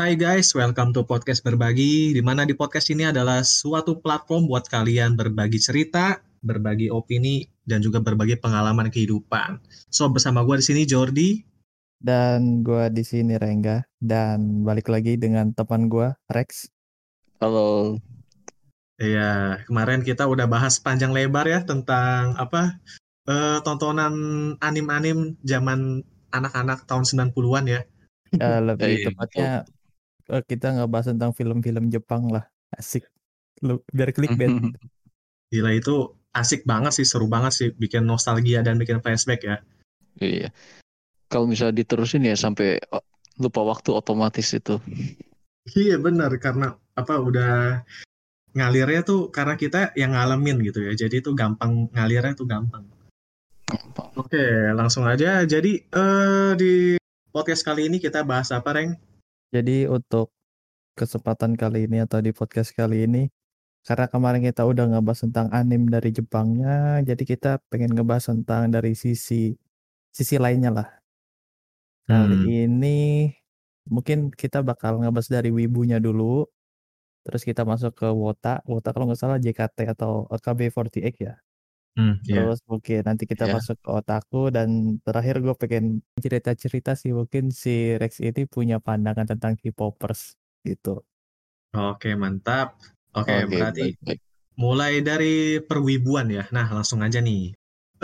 Hai guys, welcome to Podcast Berbagi, di mana di podcast ini adalah suatu platform buat kalian berbagi cerita, berbagi opini, dan juga berbagi pengalaman kehidupan. So, bersama gue di sini Jordi. Dan gue di sini Rengga, dan balik lagi dengan teman gue Rex. Halo. Ya, kemarin kita udah bahas panjang lebar ya tentang tontonan anim-anim zaman anak-anak tahun 90-an ya. Lebih Iya, tepatnya kita ngebahas tentang film-film Jepang lah. Asik. Biar clickbait. Gila, itu asik banget sih, seru banget sih, bikin nostalgia dan bikin flashback ya. Iya. Kalau misalnya diterusin ya sampai lupa waktu otomatis itu. Iya benar, karena udah ngalirnya tuh karena kita yang ngalamin gitu ya, jadi itu gampang, ngalirnya tuh gampang. Gampang. Oke, langsung aja. Jadi di podcast kali ini kita bahas apa, Reng? Jadi untuk kesempatan kali ini atau di podcast kali ini, karena kemarin kita udah ngebahas tentang anime dari Jepangnya, jadi kita pengen ngebahas tentang dari sisi lainnya lah. Kali ini mungkin kita bakal ngebahas dari wibunya dulu, terus kita masuk ke Wota kalau nggak salah JKT atau AKB48 ya. Iya. Terus mungkin nanti kita Ya. masuk ke otaku, dan terakhir gue pengen cerita-cerita sih, mungkin si Rex ini punya pandangan tentang K-popers gitu. Oke, mantap. Oke, Oke, berarti baik. mulai dari perwibuan ya. Nah, langsung aja nih.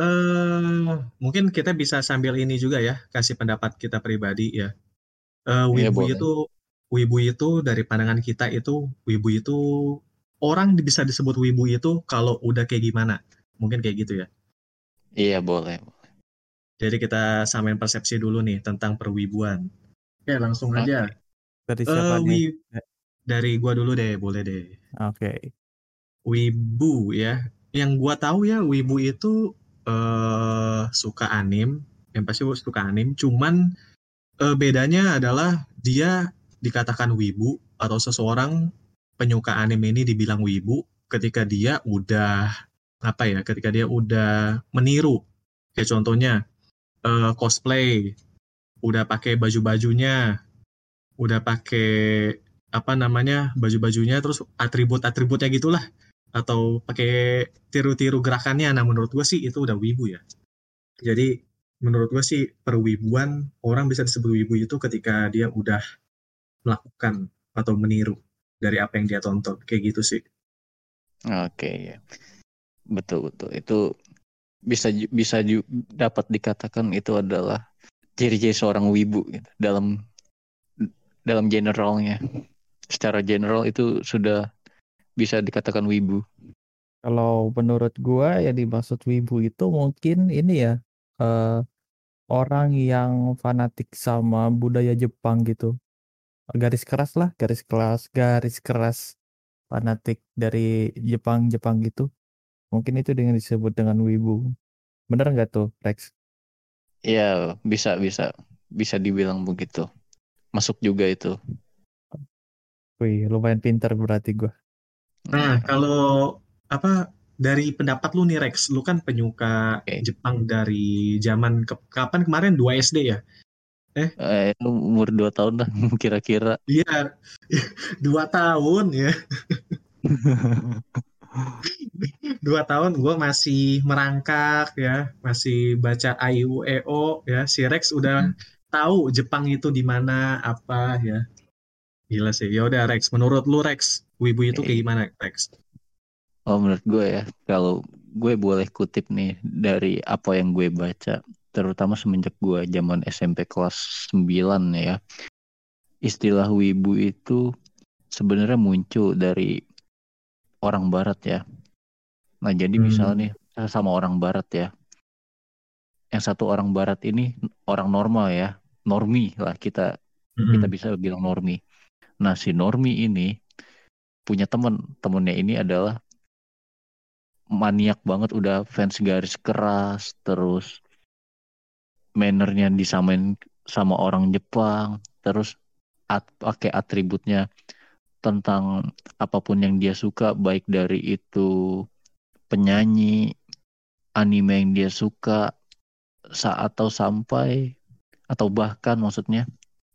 Mungkin kita bisa sambil ini juga ya, kasih pendapat kita pribadi ya. Iya, Wibu boleh. itu, wibu itu dari pandangan kita itu, wibu itu orang bisa disebut wibu itu kalau udah kayak gimana? Mungkin kayak gitu ya. Iya, boleh. Jadi kita samain persepsi dulu nih tentang perwibuan. Oke, langsung Oke. aja. Dari siapa nih? Dari gua dulu deh, boleh deh. Oke. Wibu ya. Yang gua tahu ya, wibu itu suka anim, yang pasti suka anim. Cuman bedanya adalah dia dikatakan wibu atau seseorang penyuka anime ini dibilang wibu ketika dia udah ketika dia udah meniru. Kayak contohnya cosplay, udah pakai baju-bajunya, udah pakai baju-bajunya, terus atribut-atributnya gitulah, atau pakai tiru-tiru gerakannya. Nah, menurut gue sih itu udah wibu ya. Jadi menurut gue sih perwibuan, orang bisa disebut wibu itu ketika dia udah melakukan atau meniru dari apa yang dia tonton, kayak gitu sih. Oke, ya. Betul. Itu bisa dapat dikatakan itu adalah ciri-ciri seorang wibu gitu. Dalam generalnya. Secara general itu sudah bisa dikatakan wibu. Kalau menurut gue ya dimaksud wibu itu mungkin ini ya, orang yang fanatik sama budaya Jepang gitu. Garis keras fanatik dari Jepang gitu. Mungkin itu dengan disebut dengan wibu. Bener nggak tuh, Rex? Iya, bisa dibilang begitu. Masuk juga itu. Wih, lumayan pintar berarti gue. Nah, Iya. kalau dari pendapat lu nih Rex, lu kan penyuka Oke. Jepang dari zaman kapan kemarin, 2 SD ya? Itu umur 2 tahun lah kira-kira. Iya, 2 tahun ya. 2 tahun gue masih merangkak ya, masih baca A I U E O ya. Si Rex udah tahu Jepang itu di mana apa ya. Gila sih. Ya udah Rex, menurut lu Rex, wibu itu kayak gimana Rex? Menurut gue ya, kalau gue boleh kutip nih dari apa yang gue baca, terutama semenjak gue zaman SMP kelas 9 ya. Istilah wibu itu sebenarnya muncul dari orang barat ya. Nah, jadi misalnya nih sama orang barat ya. Yang satu orang barat ini orang normal ya, normi lah, kita bisa bilang normi. Nah, si normi ini punya temennya ini adalah maniak banget, udah fans garis keras, terus mannernya disamain sama orang Jepang, terus pakai atributnya tentang apapun yang dia suka, baik dari itu penyanyi, anime yang dia suka, atau sampai, atau bahkan maksudnya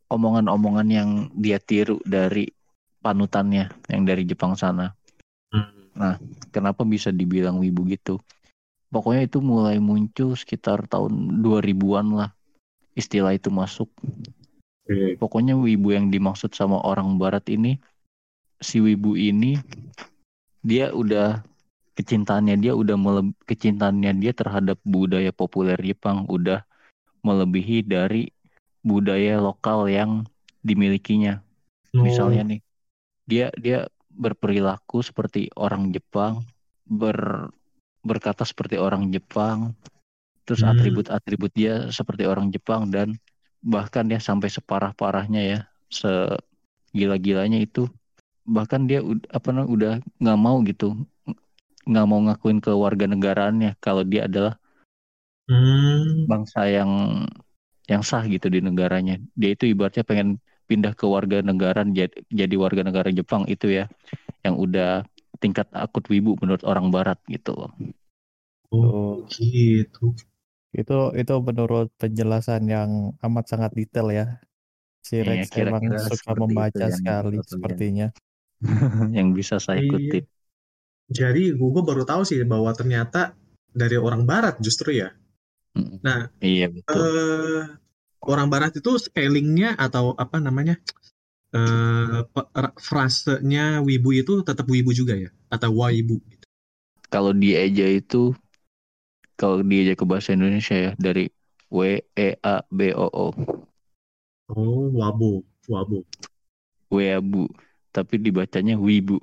omongan-omongan yang dia tiru dari panutannya yang dari Jepang sana. Nah, kenapa bisa dibilang wibu gitu? Pokoknya itu mulai muncul sekitar tahun 2000-an lah istilah itu masuk. Oke. Pokoknya wibu yang dimaksud sama orang barat ini, si wibu ini dia udah kecintaannya dia terhadap budaya populer Jepang udah melebihi dari budaya lokal yang dimilikinya. Misalnya nih, dia berperilaku seperti orang Jepang, berkata seperti orang Jepang, terus atribut-atribut dia seperti orang Jepang, dan bahkan ya sampai separah-parahnya ya, segila-gilanya itu, bahkan dia udah nggak mau gitu, nggak mau ngakuin kewarganegaraannya kalau dia adalah bangsa yang sah gitu di negaranya. Dia itu ibaratnya pengen pindah ke warga negara, jadi warga negara Jepang itu ya, yang udah tingkat akut wibu menurut orang barat gitu loh. Oh, gitu. Itu menurut penjelasan yang amat sangat detail ya. Si Rex emang Kira-kira suka seperti itu membaca yang sekali bisa sepertinya. yang bisa saya Iya. kutip. Jadi gue baru tahu sih bahwa ternyata dari orang barat justru ya. Nah, Iya betul. orang barat itu spellingnya atau apa namanya, frasenya wibu itu tetap wibu juga ya? Atau waibu? Kalau dieja itu, kalau dieja ke bahasa Indonesia ya, dari WEABOO, Oh, wabo. weabu, tapi dibacanya wibu.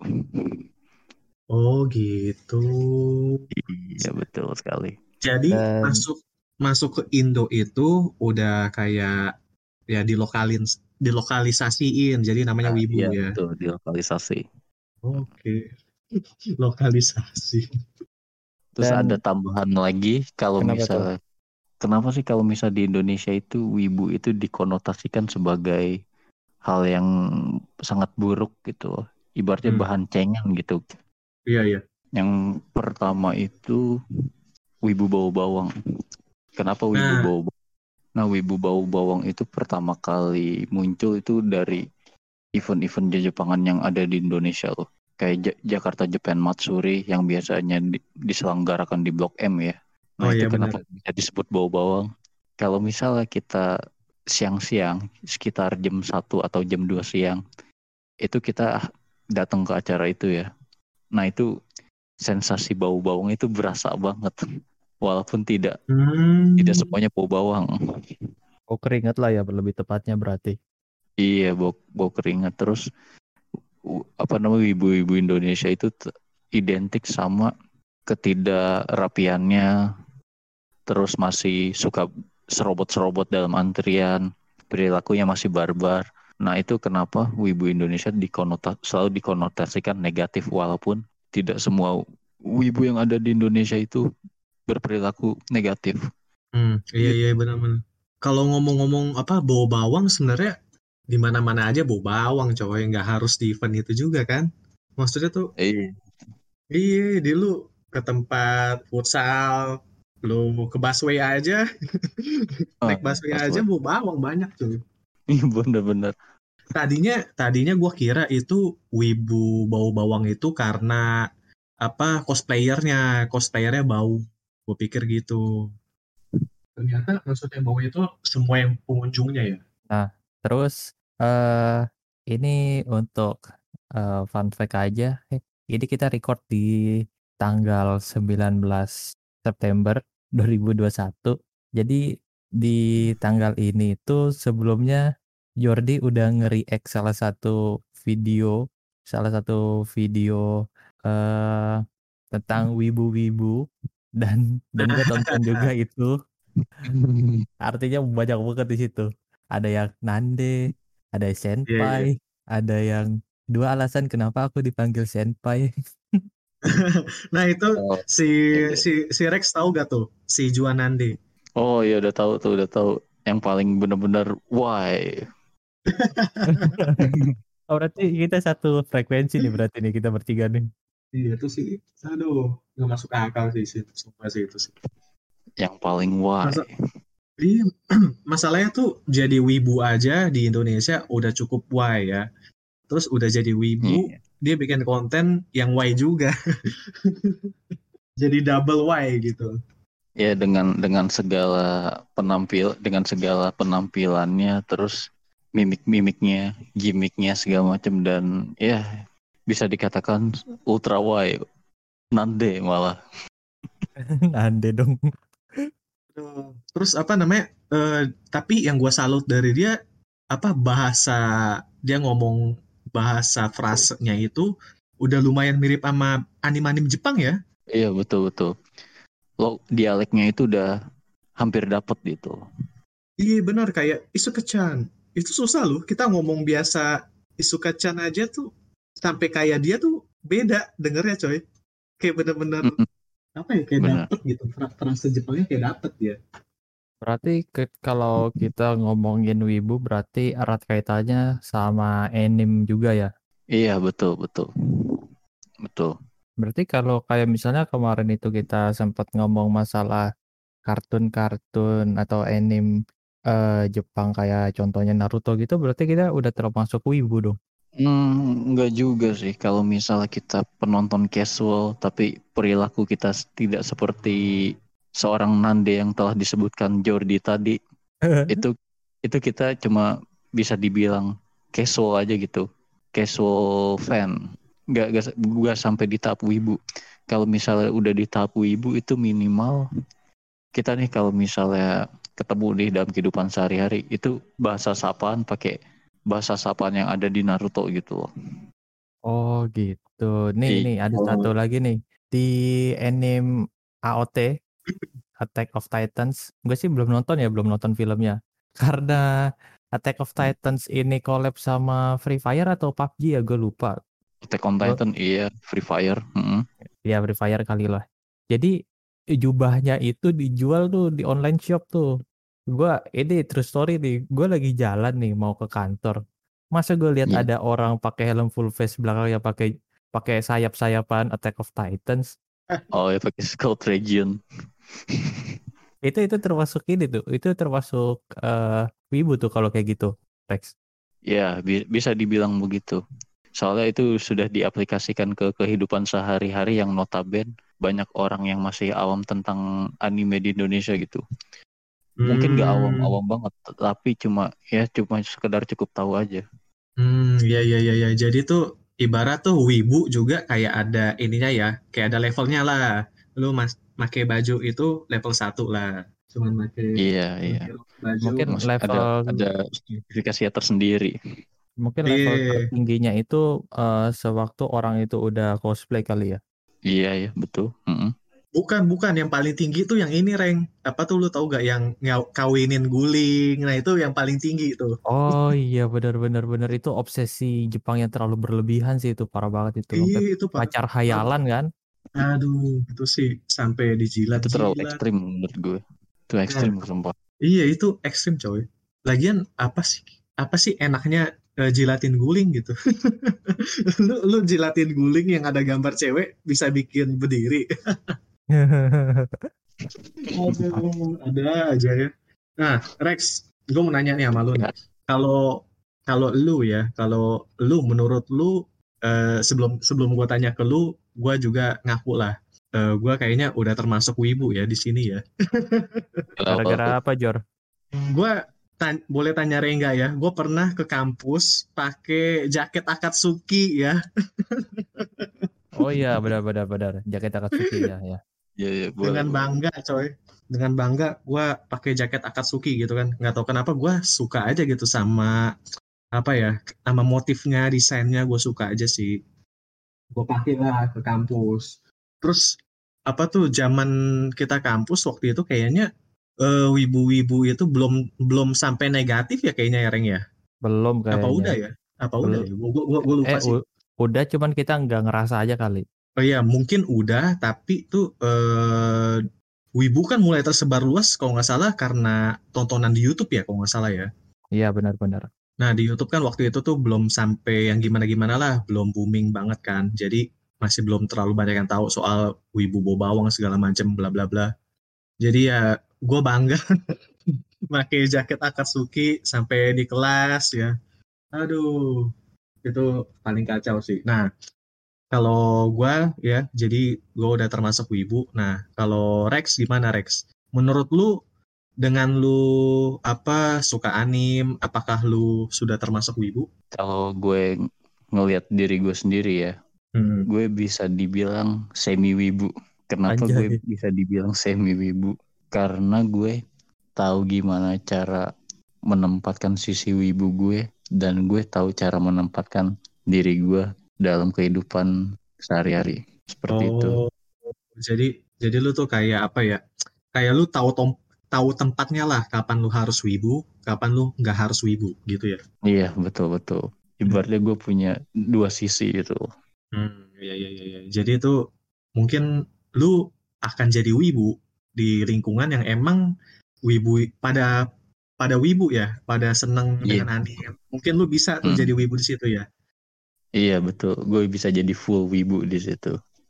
Oh, gitu. Iya betul sekali. Jadi Dan masuk ke Indo itu udah kayak ya dilokalisasiin, jadi namanya Nah, wibu iya ya. betul, dilokalisasi. Oke, lokalisasi. Terus ada dan tambahan lagi, kenapa tuh? kenapa sih kalau misal di Indonesia itu wibu itu dikonotasikan sebagai hal yang sangat buruk gitu, ibaratnya Hmm, bahan cengan gitu. iya. Yang pertama itu wibu bau bawang. Kenapa wibu Nah, bau bawang? Nah, wibu bau bawang itu pertama kali muncul itu dari event-event Jepangan yang ada di Indonesia loh. Kayak Jakarta Japan Matsuri yang biasanya diselenggarakan di Blok M ya. Nah, oh itu iya benar. kenapa bisa disebut bau bawang? Kalau misalnya kita siang-siang sekitar jam 1 atau jam 2 siang, itu kita datang ke acara itu ya. Nah, itu sensasi bau bawang itu berasa banget. Walaupun tidak semuanya bau bawang. Oh, keringat lah ya lebih tepatnya berarti. Iya, bau keringat. Terus ibu-ibu Indonesia itu identik sama ketidakrapiannya, terus masih suka serobot-serobot dalam antrian, perilakunya masih barbar. Nah, itu kenapa wibu Indonesia selalu dikonotasikan negatif, walaupun tidak semua wibu yang ada di Indonesia itu berperilaku negatif. Iya benar-benar. Kalau ngomong-ngomong apa bau bawang sebenarnya di mana-mana aja bau bawang coy, nggak harus di event itu juga kan? Maksudnya tuh Iya. iya di lu ke tempat futsal, lu ke busway aja, Oh, naik busway pas aja banget. bau bawang banyak tuh. Iya bener-bener. Tadinya gua kira itu wibu bau bawang itu karena apa cosplayernya bau. Gue pikir gitu. Ternyata maksudnya bau itu semua yang pengunjungnya ya. Nah, terus eh ini untuk fun fact aja. Ini kita record di tanggal 19 September 2021. Jadi di tanggal ini tuh sebelumnya Jordi udah nge-react salah satu video eh tentang wibu-wibu dan gue tonton juga itu. Artinya banyak banget di situ. Ada yang nande, ada yang Iya. senpai, ada yang dua alasan kenapa aku dipanggil senpai. Nah itu Oh, si iya. si Rex tahu gak tuh si Juanande? Oh iya udah tahu tuh, udah tahu. Yang paling benar-benar why. Oh, berarti kita satu frekuensi nih berarti nih kita bertiga nih. Iya itu sih, aduh nggak masuk akal sih, sumpah sih itu sih. Yang paling why. Masa Jadi masalahnya tuh jadi wibu aja di Indonesia udah cukup Y ya. Terus udah jadi wibu, Iya. dia bikin konten yang Y juga. Jadi double Y gitu. Ya dengan segala penampilannya, terus mimik-mimiknya, gimmicknya segala macam, dan ya bisa dikatakan ultra wide, nande malah. Ande dong. Terus apa namanya? Tapi yang gue salut dari dia apa bahasa dia ngomong bahasa frasenya itu udah lumayan mirip sama anim-anim Jepang ya. Iya betul betul. Lo dialeknya itu udah hampir dapet gitu. Iya benar kayak Isuka-chan. Itu susah loh. Kita ngomong biasa Isuka-chan aja tuh sampai kayak dia tuh beda dengernya coy. Kayak bener-bener Mm-mm, apa ya kayak bener. dapet gitu. Frase Jepangnya kayak dapet ya. Berarti kalau kita ngomongin wibu berarti erat kaitannya sama anime juga ya. Iya betul betul betul. Berarti kalau kayak misalnya kemarin itu kita sempat ngomong masalah kartun-kartun atau anime Jepang kayak contohnya Naruto gitu, berarti kita udah termasuk wibu dong. Enggak juga sih kalau misalnya kita penonton casual tapi perilaku kita tidak seperti seorang Nande yang telah disebutkan Jordi tadi, itu itu kita cuma bisa dibilang casual aja gitu, casual fan, nggak sampai di tahap wibu. Kalau misalnya udah di tahap wibu itu minimal kita nih kalau misalnya ketemu di dalam kehidupan sehari-hari itu bahasa sapaan pakai bahasa sapaan yang ada di Naruto gitu loh. Oh gitu. Nih ada satu lagi nih di anime AOT Attack of Titans. Gue sih belum nonton filmnya. Karena Attack of Titans ini collab sama Free Fire atau PUBG ya, gue lupa. Attack on Titan, iya, Free Fire. Ya Free Fire kali lah. Jadi jubahnya itu dijual tuh di online shop tuh. Ini true story nih. Gue lagi jalan nih mau ke kantor. Masa gue lihat Iya. ada orang pakai helm full face belakangnya pakai pakai sayap-sayapan Attack of Titans. Oh ya pakai Scout Region. Itu termasuk ini tuh. Itu termasuk wibu tuh kalau kayak gitu, Rex. Ya bisa dibilang begitu. Soalnya itu sudah diaplikasikan ke kehidupan sehari-hari yang notabene banyak orang yang masih awam tentang anime di Indonesia gitu. Mungkin gak awam-awam banget, tapi cuma sekedar cukup tahu aja. Ya. Jadi tuh ibarat tuh wibu juga kayak ada ininya ya, kayak ada levelnya lah. Lu pakai baju itu level 1 lah. Cuman Iya. baju. Mungkin Maksud ada spesifikasinya tersendiri. mungkin Iya. level tertingginya itu sewaktu orang itu udah cosplay kali ya. Iya ya betul. Bukan yang paling tinggi tuh yang ini Reng. Apa tuh lu tahu gak yang kawinin guling? Nah itu yang paling tinggi tuh. Oh iya benar itu obsesi Jepang yang terlalu berlebihan sih, itu parah banget itu. Iya Sampai itu pacar hayalan kan. Aduh itu sih sampai Itu terlalu dijilat-jilat. ekstrim menurut gue. Itu ekstrim sumpah. Iya itu ekstrim coy. Lagian apa sih enaknya jilatin guling gitu. lu jilatin guling yang ada gambar cewek bisa bikin berdiri. Aduh, ada aja ya. Nah, Rex, gue mau nanya nih sama lu nih. Ya. Kalau kalau lu menurut lu sebelum gue tanya ke lu, gue juga ngaku lah. Gue kayaknya udah termasuk wibu ya di sini ya. Gara-gara apa, Jor? Gue boleh tanya Rengga ya. Gue pernah ke kampus pakai jaket Akatsuki ya. Oh iya benar. Jaket Akatsuki ya. Iya, boleh. Dengan bangga coy. Dengan bangga gue pakai jaket Akatsuki gitu kan. Nggak tahu kenapa gue suka aja gitu sama apa ya, sama motifnya, desainnya gue suka aja sih. Gue pakai lah ke kampus. Terus apa tuh zaman kita kampus waktu itu kayaknya wibu-wibu itu belum belum sampai negatif ya kayaknya ya Reng ya. Belum Apa kayaknya. udah ya? Apa udah ya? Gue lupa sih. Udah cuman kita nggak ngerasa aja kali. Oh iya, mungkin udah, tapi tuh wibu kan mulai tersebar luas kalau nggak salah karena tontonan di YouTube ya kalau nggak salah ya. Iya benar. Nah di YouTube kan waktu itu tuh belum sampai yang gimana-gimana lah, belum booming banget kan. Jadi masih belum terlalu banyak yang tahu soal wibu bau bawang segala macam bla bla bla. Jadi ya gue bangga pakai jaket Akatsuki sampai di kelas ya. Aduh, itu paling kacau sih. Nah, kalau gua ya, jadi gua udah termasuk wibu. Nah, kalau Rex gimana Rex? Menurut lu dengan lu suka anim, apakah lu sudah termasuk wibu? Kalau gue ngelihat diri gue sendiri ya, Hmm. gue bisa dibilang semi wibu. Kenapa gue Anjay. bisa dibilang semi wibu? Karena gue tahu gimana cara menempatkan sisi wibu gue, dan gue tahu cara menempatkan diri gue dalam kehidupan sehari-hari. Seperti itu. Oh, jadi lu tuh kayak apa ya? Kayak lu tahu tempatnya lah, kapan lu harus wibu, kapan lu nggak harus wibu gitu ya. Iya, betul-betul. Ibaratnya gue punya dua sisi itu. Iya, iya, iya, iya. Jadi itu mungkin lu akan jadi wibu di lingkungan yang emang wibu pada pada wibu ya, pada seneng Iya. dengan anime. Mungkin lu bisa tuh jadi Hmm. wibu di situ ya. Iya, betul. Gue bisa jadi full wibu di situ.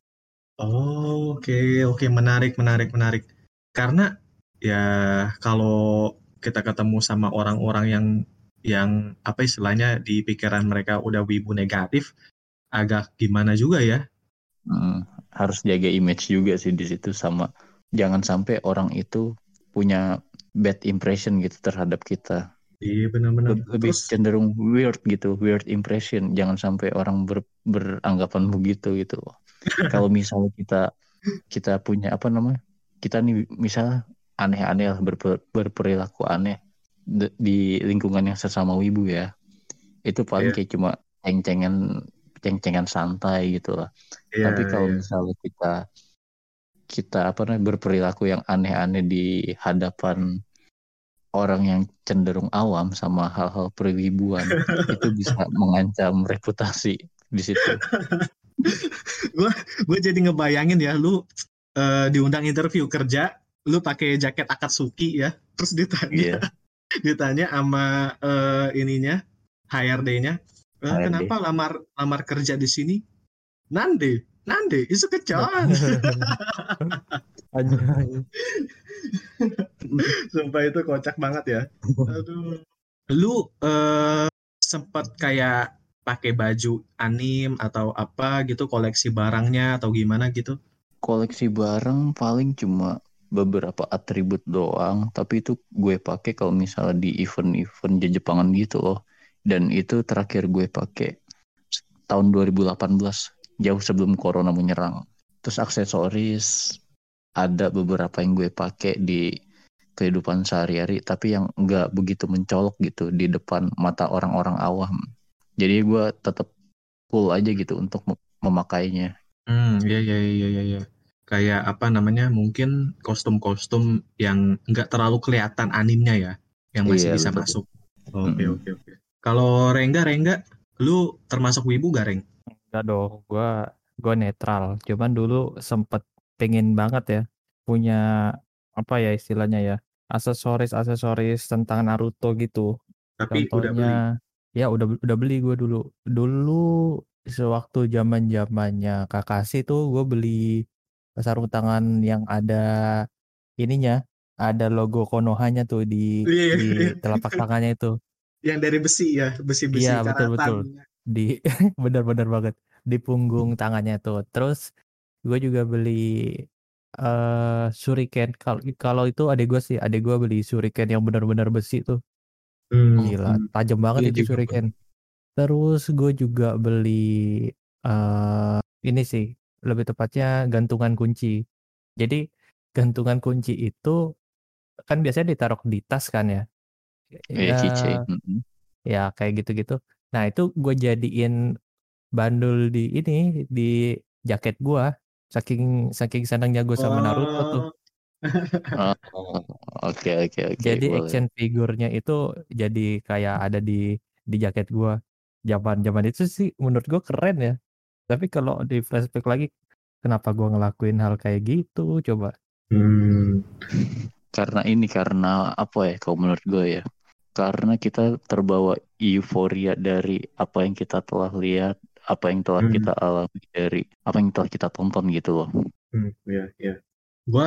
Oh, oke, oke, menarik, menarik, menarik. Karena ya kalau kita ketemu sama orang-orang yang apa istilahnya di pikiran mereka udah wibu negatif, agak gimana juga ya. Harus jaga image juga sih di situ, sama jangan sampai orang itu punya bad impression gitu terhadap kita. Iya, benar-benar. Lebih Terus cenderung weird gitu, weird impression. Jangan sampai orang beranggapan begitu gitu. Kalau misalnya kita kita punya apa namanya? Kita nih misalnya aneh-aneh lah, berperilaku aneh di lingkungan yang sesama wibu ya. Itu paling iya, kayak cuma ceng-cengan santai gitu lah. iya, Tapi kalau iya. misalnya kita kita apa namanya berperilaku yang aneh-aneh di hadapan orang yang cenderung awam sama hal-hal perwibuan, itu bisa mengancam reputasi di situ. gue gue jadi ngebayangin ya, lu diundang interview kerja, lu pakai jaket Akatsuki ya, terus ditanya Iya, ditanya sama ininya HRD-nya, HRD. kenapa lamar lamar kerja di sini? Nande, Nande, itu kecan. Anjay. Sumpah itu kocak banget ya. Aduh. Lu sempet kayak pakai baju anim atau apa gitu, koleksi barangnya atau gimana gitu? Koleksi barang paling cuma beberapa atribut doang, tapi itu gue pakai kalau misalnya di event-event Jepangan gitu loh. Dan itu terakhir gue pakai tahun 2018, jauh sebelum corona menyerang. Terus aksesoris ada beberapa yang gue pakai di kehidupan sehari-hari, tapi yang nggak begitu mencolok gitu di depan mata orang-orang awam. Jadi gue tetap cool aja gitu untuk memakainya. Iya, iya, iya, iya, iya. Kayak apa namanya? Mungkin kostum-kostum yang nggak terlalu kelihatan animnya ya, yang masih Iya bisa betul. masuk. Oke, Mm-mm. oke, oke. Kalau Rengga, lu termasuk wibu gak, Reng? Enggak dong, gua netral. Cuman dulu sempet pengen banget ya punya apa ya istilahnya ya, aksesoris tentang Naruto gitu. Tapi udah Contohnya beli. ya udah beli gue dulu. Dulu sewaktu zaman-zamannya Kakashi tuh gue beli sarung tangan yang ada ininya, ada logo Konohanya tuh Iya, iya, di iya. telapak tangannya itu. Yang dari besi ya, Iya besi-besi karatan. betul-betul di benar-benar banget di punggung tangannya tuh. Terus gue juga beli shuriken. Kalau kalau itu adek gue beli shuriken yang benar-benar besi tuh. Hmm, Gila, hmm. tajam banget Gue itu juga shuriken. beli. Terus gue juga beli ini sih, lebih tepatnya gantungan kunci. Jadi gantungan kunci itu kan biasanya ditaruh di tas kan ya. Iya, Ya, keychain. Mm-mm. ya kayak gitu-gitu. Nah, itu gue jadiin bandul di ini di jaket gua. Saking saking senangnya gue sama Naruto tuh. Oh, Oh, oke oke oke, Jadi boleh. action figurnya itu jadi kayak ada di jaket gua. Zaman-zaman itu sih menurut gua keren ya. Tapi kalau di flashback lagi, kenapa gua ngelakuin hal kayak gitu coba? hmm. Karena apa ya kalau menurut gue ya? Karena kita terbawa euforia dari apa yang kita telah lihat, apa yang telah Hmm. kita alami, dari apa yang telah kita tonton gitu loh. Ya, ya. Gua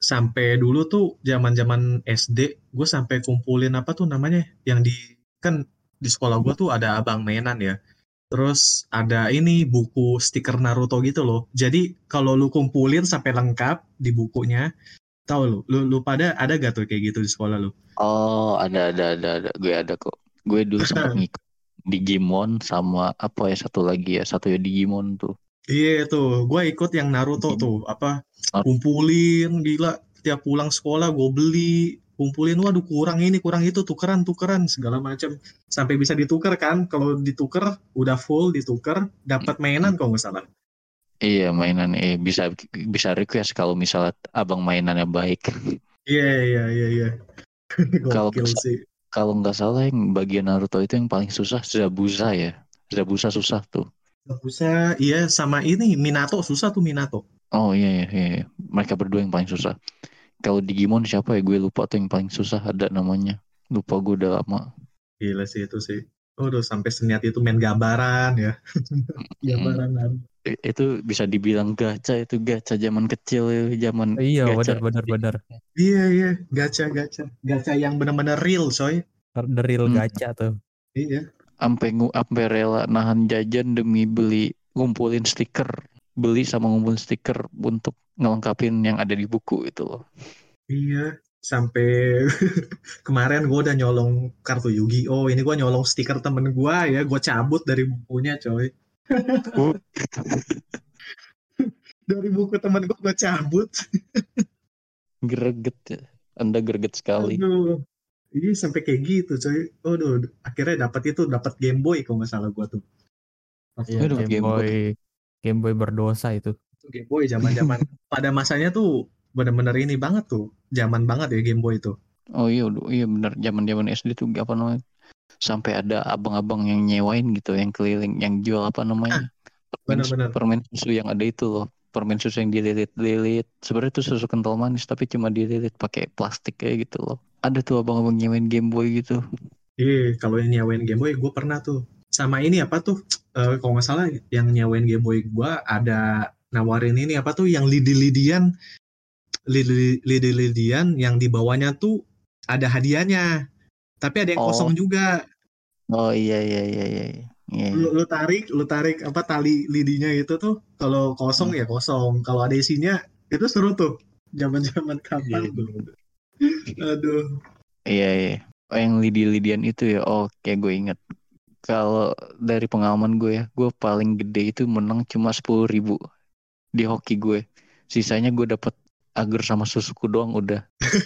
sampai dulu tuh zaman-zaman SD, gue sampai kumpulin apa tuh namanya, yang kan di sekolah gue tuh ada abang mainan ya. Terus ada ini buku stiker Naruto gitu loh. Jadi kalau lu kumpulin sampai lengkap di bukunya, tahu lu pada ada gak tuh kayak gitu di sekolah lu? Oh, ada. Gue ada kok. Gue dulu sempat ngikut Digimon sama apa ya satu lagi ya, satu ya Digimon tuh. Iya tuh, gue ikut yang Naruto tuh, apa kumpulin gila. Tiap pulang sekolah gue beli, kumpulin, waduh kurang ini kurang itu, tukeran segala macam, sampai bisa ditukar kan. Kalau ditukar udah full ditukar, dapat mainan kalau nggak salah. Iya mainan bisa bisa request kalau misalnya abang mainannya baik. Iya. Kalau Gokil sih. kalau nggak salah yang bagian Naruto itu yang paling susah Zabuza ya. Zabuza susah tuh. Nggak usah, iya sama ini Minato susah tuh Minato. Oh iya. Mereka berdua yang paling susah. Kalau Digimon siapa ya? Gue lupa tuh yang paling susah ada namanya. Lupa gue udah lama. Gila sih itu sih. Oh, udah sampai seniat itu main gambaran ya. Mm. Gambaran. Itu bisa dibilang gacha itu gacha zaman kecil zaman Iya, gacha. benar. Iya, gacha yang benar-benar real coy. The real Hmm. gacha tuh. Iya. Sampai rela nahan jajan demi ngumpulin stiker, beli sama ngumpulin stiker untuk ngelengkapin yang ada di buku itu loh. Iya, sampai kemarin gue udah nyolong kartu Yu-Gi-Oh. Ini gue nyolong stiker temen gue ya, gue cabut dari bukunya coy. Uh, Dari buku temen gue cabut. Greget ya. Anda greget sekali. Aduh, ini sampai kayak gitu coy. Aduh, akhirnya dapat Game Boy kalau nggak salah gue tuh. Iya, Aduh, Game Boy. Game Boy berdosa itu. Game Boy zaman-zaman pada masanya tuh bener-bener ini banget tuh. Zaman banget ya Game Boy itu. Oh iya benar zaman SD tuh apa namanya? Sampai ada abang-abang yang nyewain gitu yang keliling yang jual apa namanya? Bener-bener. Permen susu yang ada itu loh. Permen susu yang dililit-lilit. Sebenarnya itu susu kental manis tapi cuma dililit pakai plastik kayak gitu loh. Ada tuh abang-abang nyewain Game Boy gitu. Iya, kalau yang nyewain Game Boy gue pernah tuh. Sama ini apa tuh? Kalau nggak salah yang nyewain Game Boy gue ada nawarin ini apa tuh yang lidi-lidian yang di bawahnya tuh ada hadiahnya. Tapi ada yang kosong juga. Oh iya. Lu tarik apa tali lidinya itu tuh kalau kosong ya kosong. Kalau ada isinya itu seru tuh. Zaman-zaman kapan tuh? Aduh. Iya. Oh, yang lidi-lidian itu ya. Oke, gue inget. Kalau dari pengalaman gue ya, gue paling gede itu menang cuma 10.000 di hoki gue. Sisanya gue dapet agar sama susuku doang udah.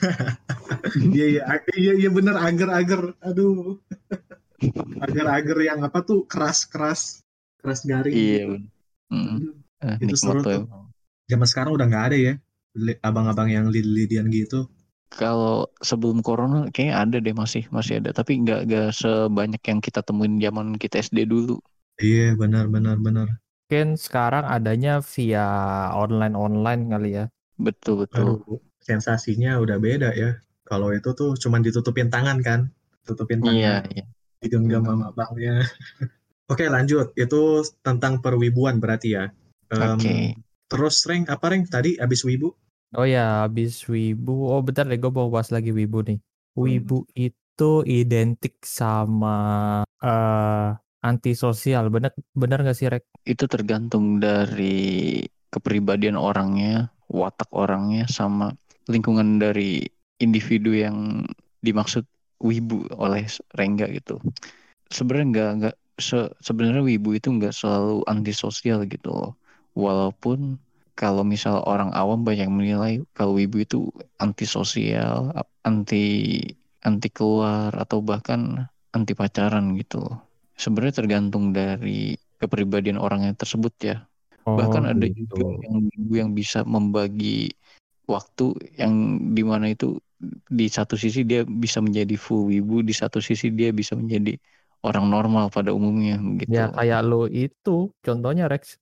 Iya bener agar-agar. Aduh. Agar-agar yang apa tuh keras garing Iya. gitu. Aduh, itu Nikmat seru tuh tuh. emang. Zaman sekarang udah nggak ada ya abang-abang yang lidi-lidian gitu. Kalau sebelum corona kayaknya ada deh masih ada tapi nggak sebanyak yang kita temuin zaman kita SD dulu. Iya benar. Mungkin sekarang adanya via online kali ya. Betul. Aduh, sensasinya udah beda ya. Kalau itu tuh cuman ditutupin tangan kan, tutupin tangan, Iya. digenggam sama abangnya. Oke lanjut, itu tentang perwibuan berarti ya. Oke. Terus Reng tadi abis wibu? Oh ya, habis wibu. Oh bentar deh, gue mau bahas lagi wibu nih. Wibu itu identik sama antisosial. Bener gak sih, Rek? Itu tergantung dari kepribadian orangnya, watak orangnya, sama lingkungan dari individu yang dimaksud wibu oleh Rengga gitu. Sebenarnya sebenarnya wibu itu nggak selalu antisosial gitu loh. Walaupun kalau misal orang awam banyak menilai kalau wibu itu antisosial, anti anti keluar atau bahkan anti pacaran gitu loh. Sebenarnya tergantung dari kepribadian orangnya tersebut ya. Bahkan ada juga yang bisa membagi waktu yang dimana itu di satu sisi dia bisa menjadi full wibu, di satu sisi dia bisa menjadi orang normal pada umumnya gitu. Ya kayak lo itu, contohnya Rex.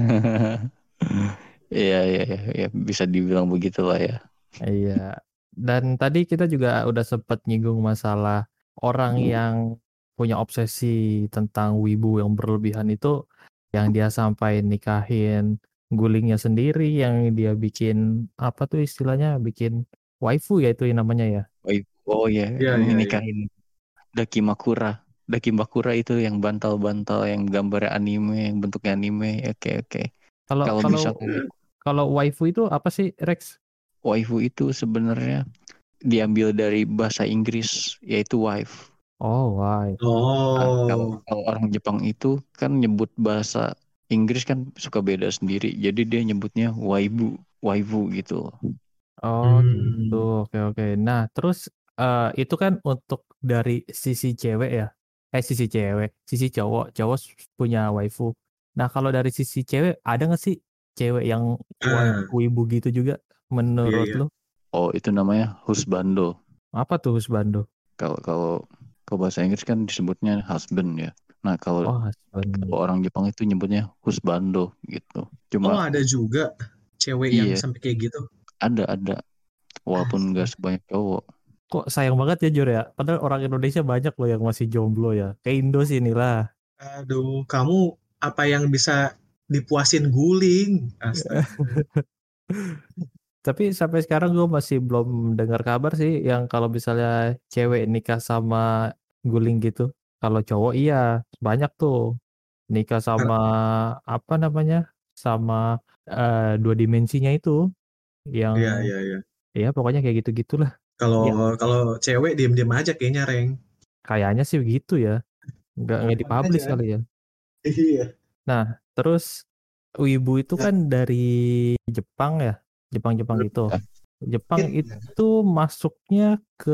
Iya, bisa dibilang begitulah ya. Iya. Dan tadi kita juga udah sempat nyinggung masalah orang yang punya obsesi tentang wibu yang berlebihan itu yang dia sampai nikahin gulingnya sendiri yang dia bikin apa tuh istilahnya bikin waifu ya itu yang namanya ya. Oh ya, Iya, yang iya, iya. nikahin Dakimakura. Dakimakura itu yang bantal-bantal yang gambar anime, yang bentuknya anime. Oke, oke. Kalau Kalau kalau misalnya kalau waifu itu apa sih Rex? waifu itu sebenarnya diambil dari bahasa Inggris yaitu wife. Oh, why? Nah, kalau Oh. kalau orang Jepang itu kan nyebut bahasa Inggris kan suka beda sendiri. Jadi dia nyebutnya waifu gitu. Oh gitu, Hmm. oke oke. Nah terus itu kan untuk dari sisi cewek ya, sisi cewek, sisi cowok, cowok punya waifu. Nah kalau dari sisi cewek ada nggak sih cewek yang Ah, wibu gitu juga iya, menurut iya. lu? Oh, itu namanya husbando. Apa tuh husbando? Kalau kalau kalau bahasa Inggris kan disebutnya husband ya. Nah, kalau Oh kalau husband. orang Jepang itu nyebutnya husbando gitu. Cuma Oh, ada juga cewek yang iya, sampai kayak gitu. ada walaupun nggak Astaga. sebanyak cowok. Kok sayang banget ya Jur ya? Padahal orang Indonesia banyak loh yang masih jomblo ya. Kayak Indo sini lah. Aduh, kamu apa yang bisa dipuasin guling? Astaga. Tapi sampai sekarang gue masih belum dengar kabar sih yang kalau misalnya cewek nikah sama guling gitu. Kalau cowok iya banyak tuh nikah sama apa namanya sama dua dimensinya itu yang Iya, iya, iya. ya pokoknya kayak gitu-gitulah. Kalau Ya kalau cewek diem-diem aja kayaknya, Reng. kayaknya sih begitu ya. Nggak dipublish Makanya. kali ya. Iya. Nah terus Wibu itu kan dari Jepang ya. Jepang gitu. Jepang itu masuknya ke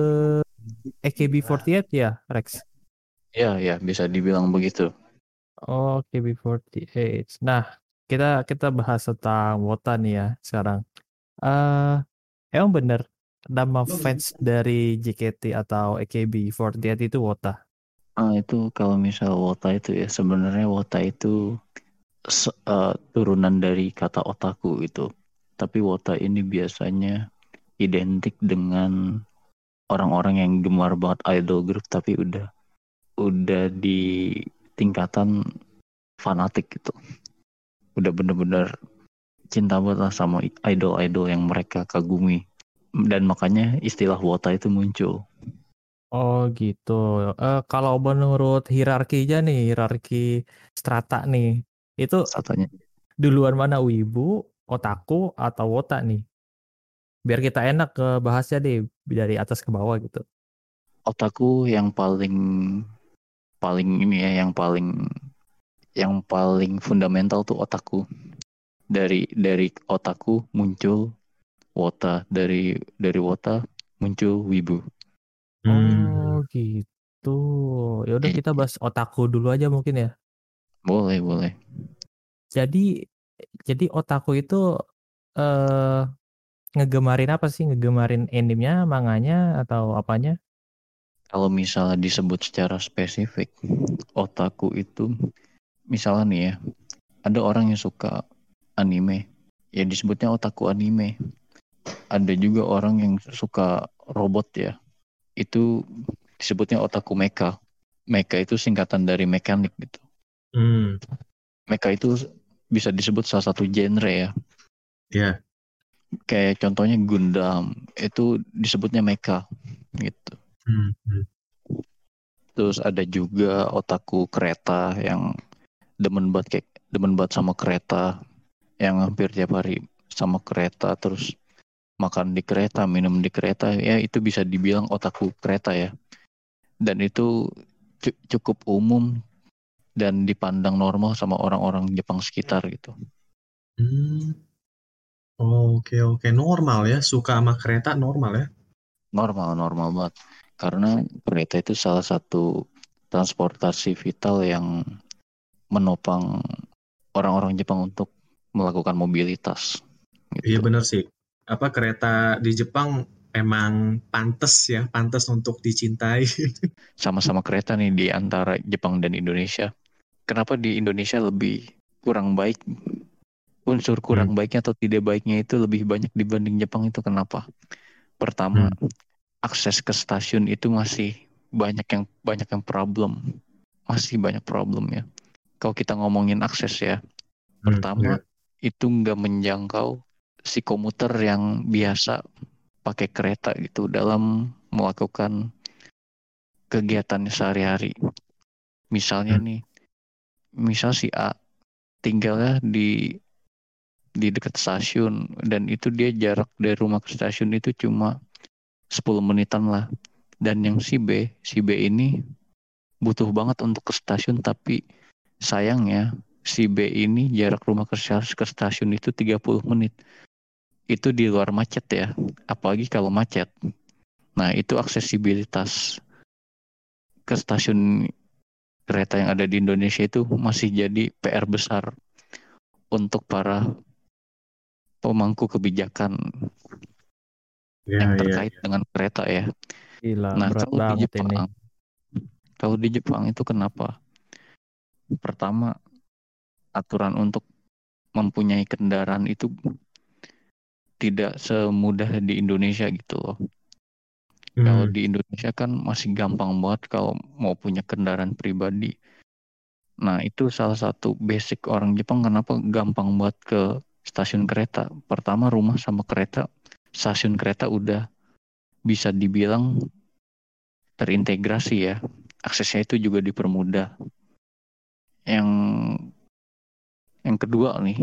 AKB48 ya, Rex? Ya, ya bisa dibilang begitu. Oh, AKB48. Nah, kita bahas tentang Wota nih ya sekarang. Emang bener nama fans dari JKT atau AKB48 itu Wota? Itu kalau misal wota itu ya sebenarnya wota itu turunan dari kata otaku itu. Tapi wota ini biasanya identik dengan orang-orang yang gemar banget idol group tapi udah di tingkatan fanatik gitu. Udah bener-bener cinta banget lah sama idol-idol yang mereka kagumi. Dan makanya istilah wota itu muncul. Oh gitu. Kalau menurut hierarkinya nih, hierarki strata nih, itu Katanya duluan mana Wibu, Otaku, atau Wota nih? Biar kita enak ke bahasnya deh dari atas ke bawah gitu. otaku yang paling paling ini ya yang paling fundamental tuh otaku. Dari otaku muncul wota, dari wota muncul wibu. Oh Hmm. gitu. Ya udah kita Iya, bahas Otaku dulu aja mungkin ya. boleh. Jadi jadi Otaku itu eh ngegemarin apa sih? Ngegemarin animenya, manganya atau apanya? Kalau misalnya disebut secara spesifik, otaku itu misalnya nih ya, ada orang yang suka anime, ya disebutnya otaku anime. Ada juga orang yang suka robot ya, itu disebutnya otaku mecha. Mecha itu singkatan dari mekanik gitu. Hmm. Mecha itu bisa disebut salah satu genre ya. Ya. Kayak contohnya Gundam, itu disebutnya mecha gitu. Hmm. Hmm. Terus ada juga otaku kereta yang demen banget sama kereta, yang hampir tiap hari sama kereta, terus makan di kereta, minum di kereta, ya itu bisa dibilang otaku kereta ya. Dan itu cukup umum dan dipandang normal sama orang-orang Jepang sekitar gitu. Hmm. Oke, oke. Normal ya. Suka sama kereta normal ya. Normal banget. Karena kereta itu salah satu transportasi vital yang menopang orang-orang Jepang untuk melakukan mobilitas Iya gitu. bener sih. Apa kereta di Jepang emang pantes ya. Pantes untuk dicintai. Sama-sama kereta nih di antara Jepang dan Indonesia. Kenapa di Indonesia lebih kurang baik? Unsur Hmm. kurang baiknya atau tidak baiknya itu lebih banyak dibanding Jepang itu kenapa? Pertama, Hmm. akses ke stasiun itu masih banyak yang problem. Masih banyak problem ya. Kalau kita ngomongin akses ya, Hmm. pertama Ya. itu nggak menjangkau si komuter yang biasa pakai kereta gitu dalam melakukan kegiatannya sehari-hari. Misalnya Hmm. nih, misal si A tinggalnya di dekat stasiun dan itu dia jarak dari rumah ke stasiun itu cuma 10 menitan lah. Dan yang si B ini butuh banget untuk ke stasiun tapi sayangnya si B ini jarak rumah ke stasiun itu 30 menit. Itu di luar macet ya, apalagi kalau macet. Nah, itu aksesibilitas ke stasiun kereta yang ada di Indonesia itu masih jadi PR besar untuk para pemangku kebijakan Ya, yang ya, terkait ya. dengan kereta ya. Gila, Nah, berat kalau di banget ini. Jepang, kalau di Jepang itu kenapa? Pertama, aturan untuk mempunyai kendaraan itu tidak semudah di Indonesia gitu loh. Kalau Hmm. di Indonesia kan masih gampang banget kalau mau punya kendaraan pribadi. Nah, itu salah satu basic orang Jepang kenapa gampang banget ke stasiun kereta. Pertama, rumah sama kereta, stasiun kereta udah bisa dibilang terintegrasi ya. Aksesnya itu juga dipermudah. Yang yang kedua nih,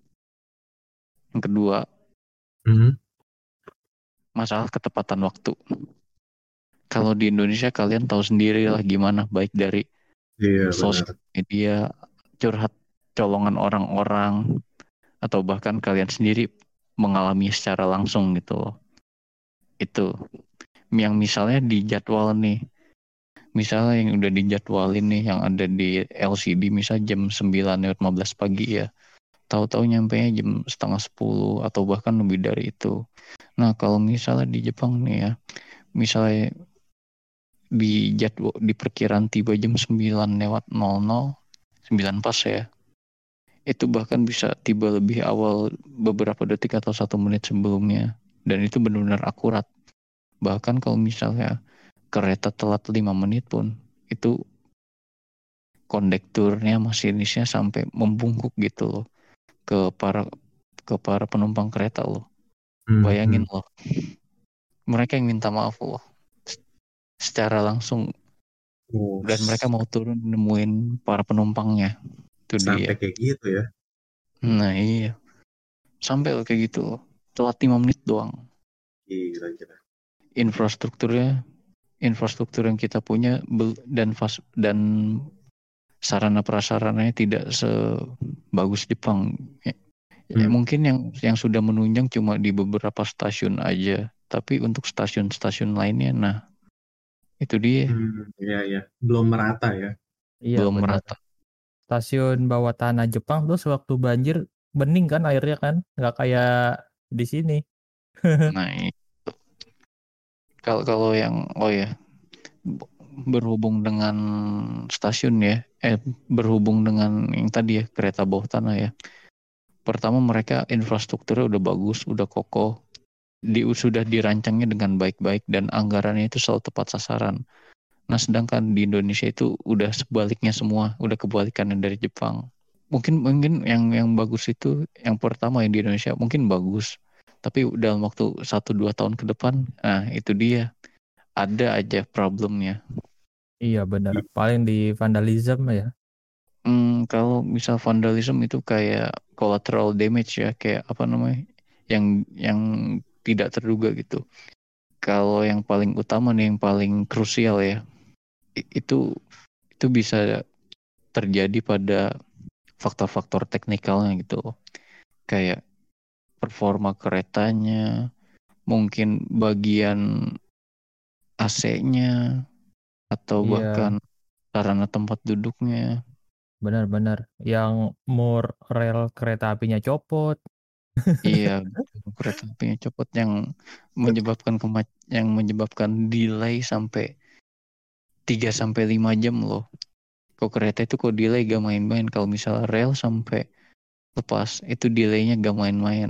yang kedua Hmm. masalah ketepatan waktu. Kalau di Indonesia kalian tahu sendiri lah gimana, baik dari Iya, benar. sosial media, curhat colongan orang-orang, atau bahkan kalian sendiri mengalami secara langsung gitu loh. Itu yang misalnya di jadwal nih, misalnya yang udah dijadwalin nih yang ada di LCD misal jam 9:15 pagi ya, tahu-tahu nyampenya jam setengah 10 atau bahkan lebih dari itu. Nah, kalau misalnya di Jepang nih ya, misalnya di jadwal di perkiraan tiba jam 9:00, 9 pas ya, itu bahkan bisa tiba lebih awal beberapa detik atau 1 menit sebelumnya, dan itu benar-benar akurat. Bahkan kalau misalnya kereta telat 5 menit pun itu kondekturnya masinisnya sampai membungkuk gitu loh ke para penumpang kereta loh. Hmm. Bayangin loh, mereka yang minta maaf loh secara langsung, Oh, dan mereka mau turun nemuin para penumpangnya. Itu sampai dia. kayak gitu ya. Nah iya, sampai loh kayak gitu loh. Telat 5 menit doang. Gila, gila. Infrastrukturnya, infrastruktur yang kita punya dan sarana prasarananya tidak sebagus Jepang. Ya, Hmm. mungkin yang sudah menunjang cuma di beberapa stasiun aja, tapi untuk stasiun-stasiun lainnya, nah itu dia Hmm. Iya, iya. Belum merata ya. Iya belum bener. merata. Stasiun bawah tanah Jepang tuh sewaktu banjir bening kan airnya kan, nggak kayak di sini. Nah, kalau kalau yang ya berhubung dengan stasiun ya, berhubung dengan yang tadi ya kereta bawah tanah ya. Pertama mereka infrastrukturnya udah bagus, udah kokoh, sudah dirancangnya dengan baik-baik dan anggarannya itu selalu tepat sasaran. Nah, sedangkan di Indonesia itu udah sebaliknya semua, udah kebalikannya dari Jepang. Mungkin mungkin yang bagus itu yang pertama yang di Indonesia mungkin bagus, tapi dalam waktu 1-2 tahun ke depan, nah itu dia ada aja problemnya. Iya bener. Paling di vandalism ya. Kalau misal vandalisme itu kayak collateral damage ya, kayak apa namanya, yang tidak terduga gitu. Kalau yang paling utama nih, yang paling krusial ya, itu bisa terjadi pada faktor-faktor teknikalnya gitu, kayak performa keretanya, mungkin bagian AC-nya, atau bahkan Iya sarana tempat duduknya. benar-benar. Yang mur rel kereta apinya copot. Iya, kereta apinya cepat yang menyebabkan delay sampai 3-5 jam loh. Kok kereta itu kok delay gak main-main. Kalau misalnya rel sampai lepas itu delaynya gak main-main.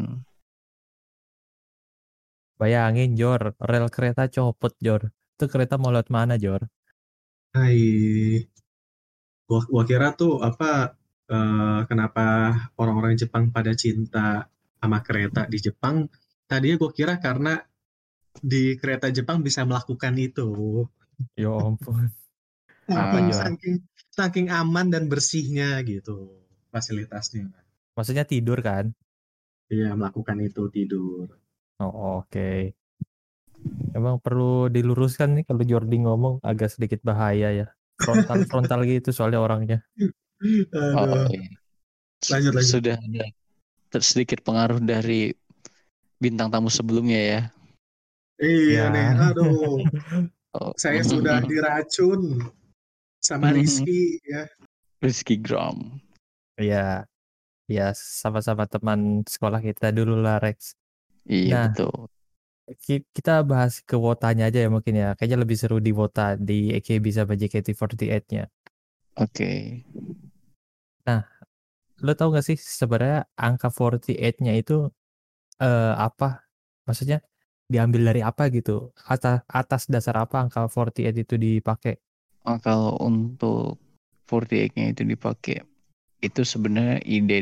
Bayangin Jor, rel kereta copot Jor. Itu kereta mau lewat mana Jor? Hai. Gua kira tuh apa kenapa orang-orang Jepang pada cinta sama kereta di Jepang. Tadinya gue kira karena di kereta Jepang bisa melakukan itu. Ya ampun. Apa Saking, Ah, ya? saking, saking aman dan bersihnya gitu fasilitasnya. Maksudnya tidur kan? Iya, melakukan itu tidur. Oh, oke. Emang perlu diluruskan nih kalau Jordi ngomong agak sedikit bahaya ya. Frontal gitu soalnya orangnya. oh Aduh, iya. lanjut lanjut. Sudah ada sedikit pengaruh dari bintang tamu sebelumnya ya. Iya nih, Ya. aduh, Oh, saya sudah diracun sama Rizky ya. Rizky Gram. Ya, ya sama-sama teman sekolah kita dulu lah Rex. Iya Nah, betul. kita bahas ke wotanya aja ya mungkin ya. Kayaknya lebih seru di wota di AKB sama JKT48-nya. Oke. Nah, lo tau gak sih sebenarnya angka 48-nya itu apa? Maksudnya diambil dari apa gitu? Atas dasar apa angka 48 itu dipakai? Kalau untuk 48-nya itu dipakai, itu sebenarnya ide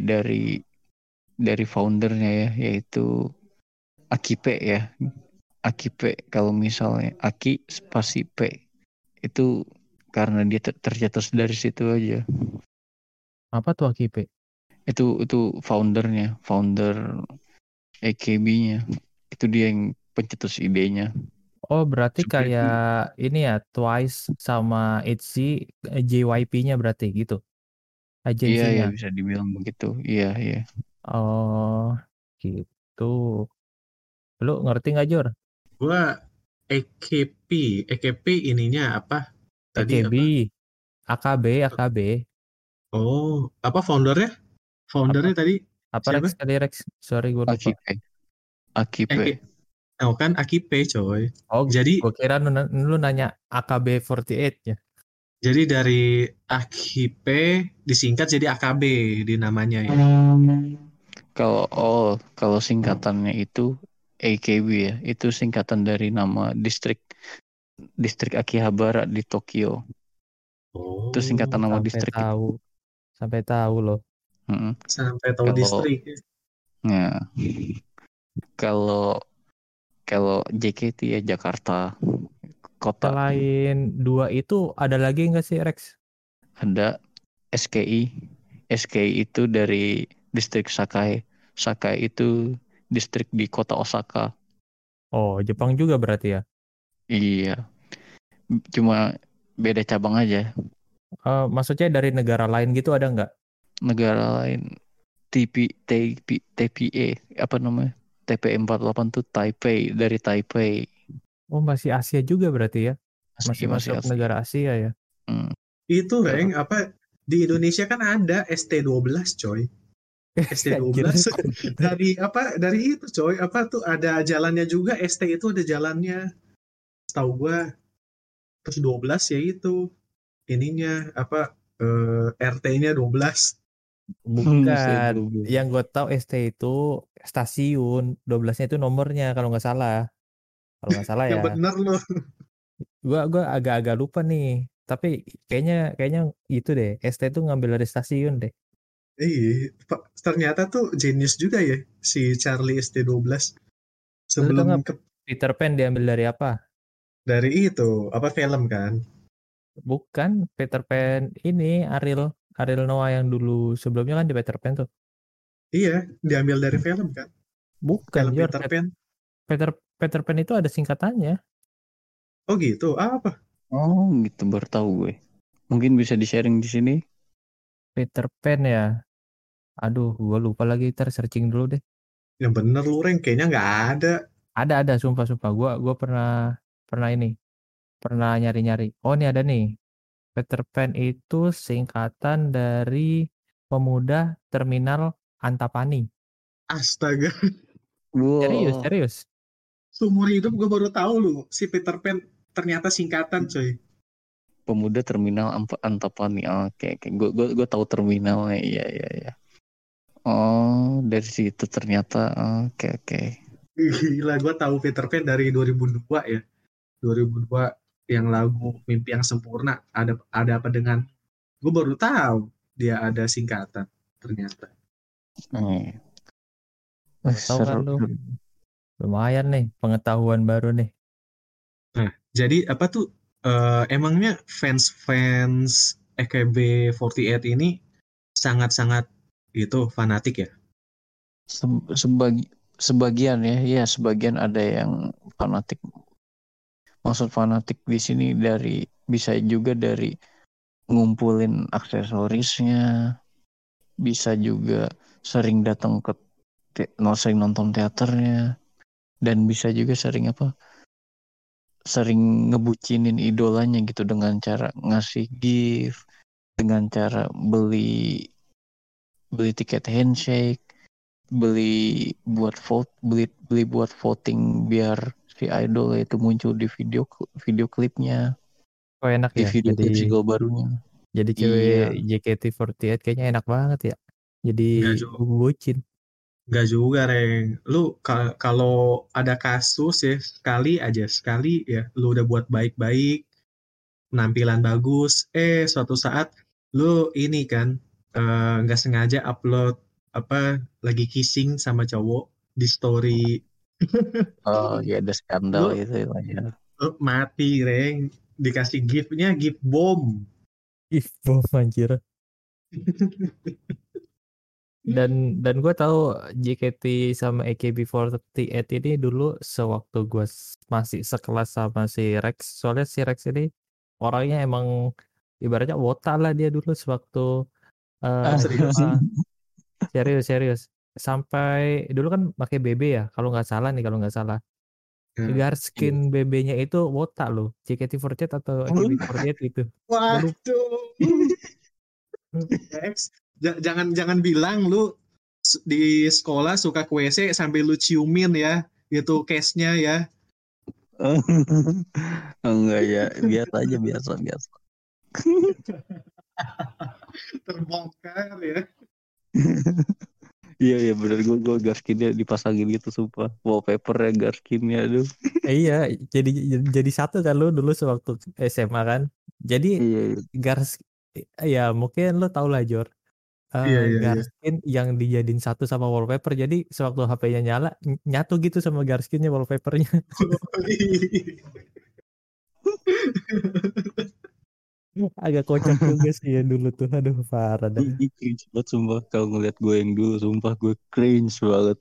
dari foundernya ya, yaitu Akipe ya. Akipe, kalau misalnya Aki spasi P, itu karena dia tercetus dari situ aja. Apa tuh AKP? Itu founder AKB-nya. Itu dia yang pencetus idenya. Oh, berarti Supaya kayak ini ya, Twice sama ITZY JYP-nya berarti gitu, iya ya agensinya. bisa dibilang begitu. Iya iya. Oh, gitu. Lu ngerti nggak, Jor? Gua EKP, EKP ininya apa? Tadi AKB, apa? AKB. Oh, apa foundernya? Apa? Foundernya tadi Apa Rex siapa? tadi Rex? Sorry, gue lupa. Akipe. Akipe. Eki, oh kan Akipe coy. Oh, Jadi gue kira lu nanya AKB48 ya. jadi dari Akipe disingkat jadi AKB di namanya ya. Kalau singkatannya itu AKB ya, itu singkatan dari nama distrik Akihabara di Tokyo. Itu singkatan Oh, nama Sampai distrik itu. tahu, sampai tahu loh. Mm-mm. sampai tahu Kalau distrik. ya, kalau kalau JKT ya Jakarta kota, Selain dua itu ada lagi nggak sih Rex? ada SKI. SKI itu dari distrik Sakai. Sakai itu distrik di kota Osaka. Oh, Jepang juga berarti ya. Iya, cuma beda cabang aja. Maksudnya dari negara lain gitu ada nggak? Negara lain TPA apa namanya? TP48 tuh Taipei, dari Taipei. Oh, masih Asia juga berarti ya? Masih Masih masuk Asia. negara Asia ya? Hmm. Itu Reng apa di Indonesia kan ada ST12 coy. Anjir. ST12 dari apa dari itu coy apa tuh ada jalannya juga ST itu ada jalannya. Tahu gua terus 12 ya itu ininya apa RT-nya 12. Saya Bukan. double. Yang gue tahu ST itu stasiun. 12-nya itu nomornya kalau nggak salah. Kalau nggak salah Yang ya. bener loh. Gua agak-agak lupa nih. Tapi kayaknya itu deh. ST itu ngambil dari stasiun deh. Iya, ternyata tuh jenius juga ya si Charlie ST12 Lu tau sebelum nggak ke Peter Pan diambil dari apa? dari itu apa film kan? Bukan Peter Pan ini Ariel Noah yang dulu sebelumnya kan di Peter Pan tuh. Iya, diambil dari film kan? Bukan, Film Jor. Peter Pan. Peter Peter Pan itu ada singkatannya. Oh gitu. Apa? Oh gitu, baru tahu gue. Mungkin bisa di-sharing di sini. Peter Pan ya. Aduh, gua lupa lagi. Ntar searching dulu deh. Yang bener lu Reng, kayaknya nggak ada. Ada sumpah. Gua pernah ini, pernah nyari-nyari. Oh, ini ada nih. Peter Pan itu singkatan dari Pemuda Terminal Antapani. Astaga, Serius, Wow, serius. seumur hidup gue baru tahu lu si Peter Pan ternyata singkatan coy. pemuda terminal Antapani. Oke, oke. Gue tahu terminalnya. Iya, iya, iya. Oh, dari situ ternyata. Oke, oke. Gila, gue tahu Peter Pan dari 2002 ya. 2002 yang lagu Mimpi yang Sempurna ada apa dengan gue baru tahu. dia ada singkatan ternyata. Hmm. Tahu kan Seru. lu, lumayan nih pengetahuan baru nih. Nah, jadi apa tuh emangnya fans-fans AKB48 ini sangat-sangat itu fanatik ya? Sebagian ya sebagian ada yang fanatik. Maksud fanatik di sini bisa juga dari ngumpulin aksesorisnya, bisa juga sering datang ke sering nonton teaternya, dan bisa juga sering ngebucinin idolanya gitu dengan cara ngasih gift, dengan cara beli beli tiket handshake, beli buat voting biar si idol itu muncul di video klipnya, Oh enak di ya, video klip single barunya. jadi cewek Iya. JKT48 kayaknya enak banget ya. Jadi Nggak juga, bucin. nggak juga, Reng. Lu kalau ada kasus ya sekali ya, lu udah buat baik-baik, penampilan bagus, suatu saat lu ini kan nggak sengaja upload apa lagi kissing sama cowok di story, Oh ya ada skandal lu, itu ya. lu mati, Reng. Dikasih giftnya gift bom. Ih, bom anjir. Dan gue tahu JKT sama AKB48 ini dulu sewaktu gue masih sekelas sama si Rex. Soalnya si Rex ini orangnya emang ibaratnya wota lah dia dulu sewaktu Serius? SMA. Serius. Sampai dulu kan pakai BB ya, kalau nggak salah. Nah, Garskin iya. BB-nya itu wota loh. JKT48 atau AKB48 gitu. Gue lupa. Waduh, Rex, jangan bilang lu di sekolah suka ke WC sambil lu ciumin ya, gitu case-nya ya. Enggak ya, biasa. Terbongkar ya. Iya bener gue garskinnya dipasangin gitu sumpah. Wallpaper ya garskinnya aduh. Iya, jadi satu kan lu dulu sewaktu SMA kan. Jadi Iya. Gars ya mungkin lu tau lah Jor. Iya. Garskin yang dijadiin satu sama wallpaper. Jadi sewaktu HP-nya nyala nyatu gitu sama Garskinnya wallpapernya. Agak kocak juga sih ya dulu tuh. Aduh parah dah. Gue cringe banget sumpah kalau ngeliat gue yang dulu sumpah gue cringe banget.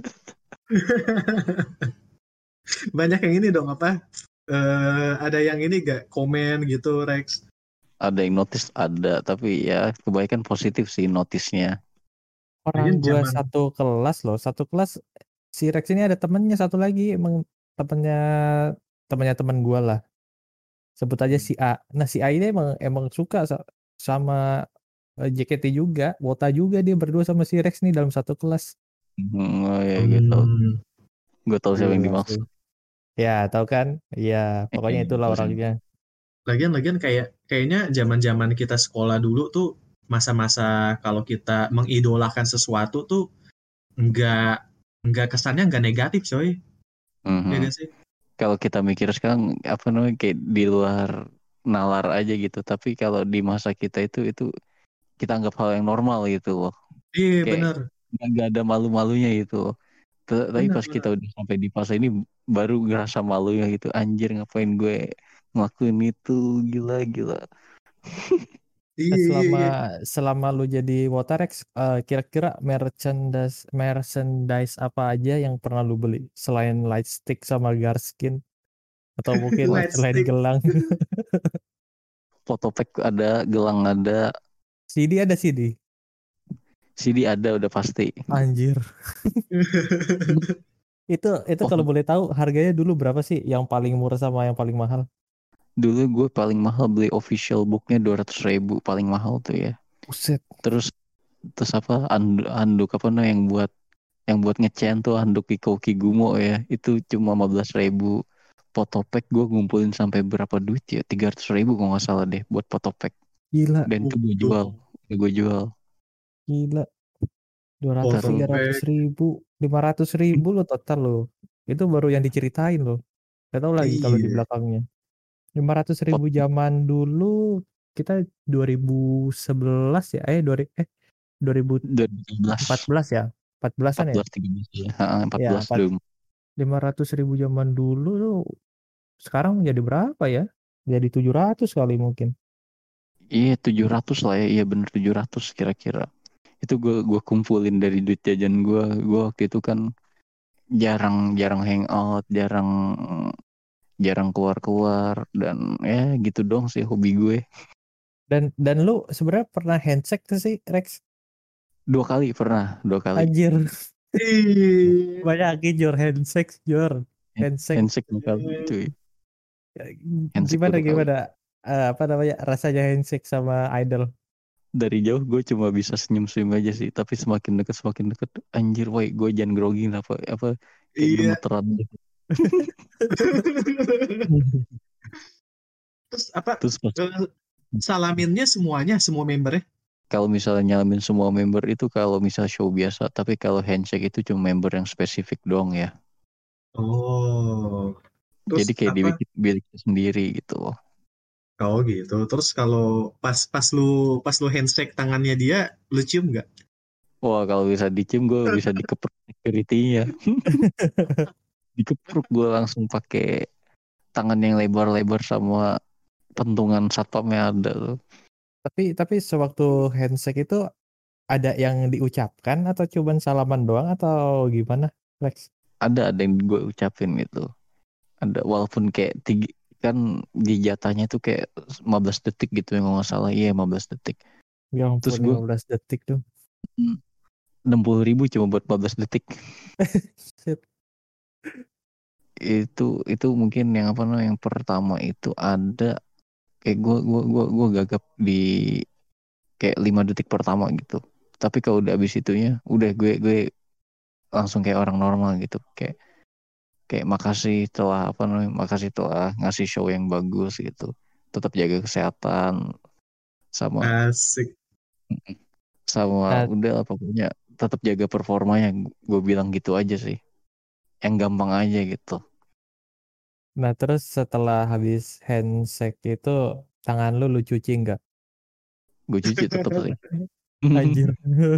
Banyak yang ini dong apa? Ada yang ini gak komen gitu, Rex? Ada yang notice ada tapi ya kebaikan positif sih notisnya. Orang Lagian gua zaman satu kelas loh. Satu kelas si Rex ini ada temennya satu lagi. Emang temennya temennya teman gua lah. Sebut aja si A. Nah si A ini emang suka sama JKT juga, Wota juga dia berdua sama si Rex nih dalam satu kelas. Oh ya gitu. hmm, Gue tahu siapa yang Gila sih. dimaksud. Ya, tahu kan? Iya, pokoknya itulah Tahu sih. orangnya. lagian kayaknya zaman-zaman kita sekolah dulu tuh masa-masa kalau kita mengidolakan sesuatu tuh nggak nggak kesannya nggak negatif, coy. Ya Mhm. gak sih? Kalau kita mikir sekarang apa namanya kayak di luar nalar aja gitu. Tapi kalau di masa kita itu kita anggap hal yang normal gitu loh. Iya, Kayak bener. nggak ada malu-malunya gitu loh. Tapi Bener, pas kita bener. udah sampai di fase ini baru ngerasa malunya gitu. Anjir ngapain gue ngelakuin itu gila. Nah, Iya, iya, iya. selama lu jadi Wotarex, kira-kira merchandise apa aja yang pernah lu beli selain Lightstick sama Garskin atau mungkin Light selain stick. gelang? Fotopack ada, gelang ada, CD ada CD. CD ada udah pasti. Anjir. Itu kalau Foto boleh tahu harganya dulu berapa sih yang paling murah sama yang paling mahal? dulu gue paling mahal beli official booknya 200.000 paling mahal tuh ya. Buset. Terus terus apa handuk apa nah yang buat ngecen tuh handuk Iko Kigumo ya itu cuma 15.000. Fotopack gue ngumpulin sampai berapa duit ya 300.000 kalau nggak salah deh buat fotopack Gila, dan itu Tuh, gue jual gila. 200, terus 4 300.000, 500.000 lo total lo. Itu baru yang diceritain lo. Gak tahu lagi kalau di Iya. belakangnya. 500.000 pot- zaman dulu kita 2011 ya, 2014 2013, ya, 14-an ya. 14, 13 ya. Ya, 14 dong. 500.000 zaman dulu tuh sekarang jadi berapa ya? Jadi 700 kali mungkin. Iya 700 lah ya, iya bener 700 kira-kira. Itu gue kumpulin dari duit jajan gue. Gue waktu itu kan jarang jarang hangout, jarang jarang keluar-keluar dan ya gitu dong sih hobi gue. Dan lu sebenarnya pernah handshake tuh sih, Rex? 2 kali pernah, 2 kali. Anjir, Ih, banyakin Jor handshake, Jor. Handshake. Handshake 2 kali cuy. Handshake Gimana 2 kali. apa namanya rasanya handshake sama idol? Dari jauh gue cuma bisa senyum-senyum aja sih, tapi semakin deket anjir woi gue jangan grogi lah, apa kayak iya. gemeteran gitu. Terus apa? Terus pas Salaminnya semuanya, semua membernya? kalau misalnya nyalamin semua member itu kalau misal show biasa, tapi kalau handshake itu cuma member yang spesifik doang ya. Oh, terus Jadi kayak apa? dibikin bilik sendiri gitu loh. Oh gitu. Terus kalau pas lu handshake tangannya dia, lu cium nggak? Wah kalau bisa dicium gue bisa dikepruk security-nya. Dikepruk gue langsung pakai tangan yang lebar-lebar sama pentungan satpamnya ada tuh. Tapi sewaktu handshake itu ada yang diucapkan atau cuman salaman doang atau gimana, Lex? Ada yang gue ucapin itu. Ada walaupun kayak kan di jatahnya tuh kayak 15 detik gitu yang nggak salah. Iya 15 detik. Ya Terus ampun, gue 15 detik tuh. 60.000 cuma buat 15 detik. Shit. Itu mungkin yang apa namanya yang pertama itu ada kayak gue gagap di kayak 5 detik pertama gitu. Tapi kalau udah habis itunya udah gue langsung kayak orang normal gitu. Kayak makasih telah apa namanya makasih telah ngasih show yang bagus gitu. Tetap jaga kesehatan sama Asik. sama Nah, udah lah pokoknya tetap jaga performanya. Gue bilang gitu aja sih. Yang gampang aja gitu. nah, terus setelah habis handshake itu tangan lu cuci nggak? Gue cuci tetap sih. Anjir.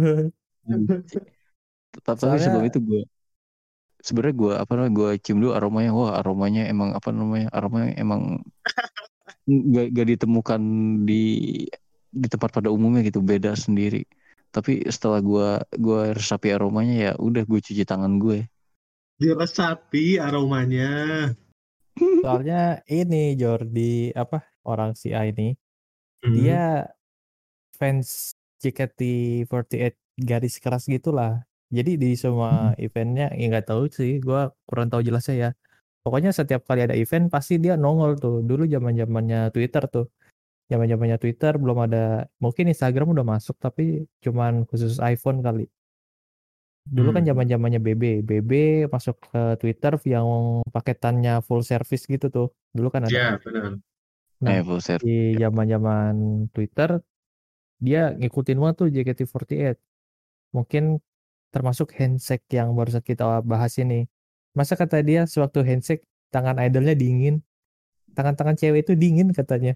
Tapi sebelum Soalnya itu gue sebenarnya gue apa namanya gue cium dulu aromanya. Wah aromanya emang apa namanya aromanya emang gak ditemukan di tempat pada umumnya gitu, beda sendiri. Tapi setelah gue resapi aromanya ya udah gue cuci tangan gue. Diresapi aromanya. soalnya ini Jordi apa orang si A ini dia Hmm. fans JKT48 garis keras gitulah. Jadi di semua eventnya ya nggak tahu sih, gua kurang tahu jelasnya ya. Pokoknya setiap kali ada event pasti dia nongol tuh. Dulu zaman-zamannya Twitter tuh. Zaman-zamannya Twitter belum ada, mungkin Instagram udah masuk tapi cuman khusus iPhone kali. Dulu kan Hmm. zaman-zamannya BB masuk ke Twitter yang paketannya full service gitu tuh. Dulu kan ada. Ya, benar. Nah, Full di service. zaman-zaman Twitter dia ngikutin banget tuh JKT48. Mungkin termasuk handshake yang baru kita bahas ini. Masa kata dia sewaktu handshake tangan idolnya dingin, tangan-tangan cewek itu dingin katanya.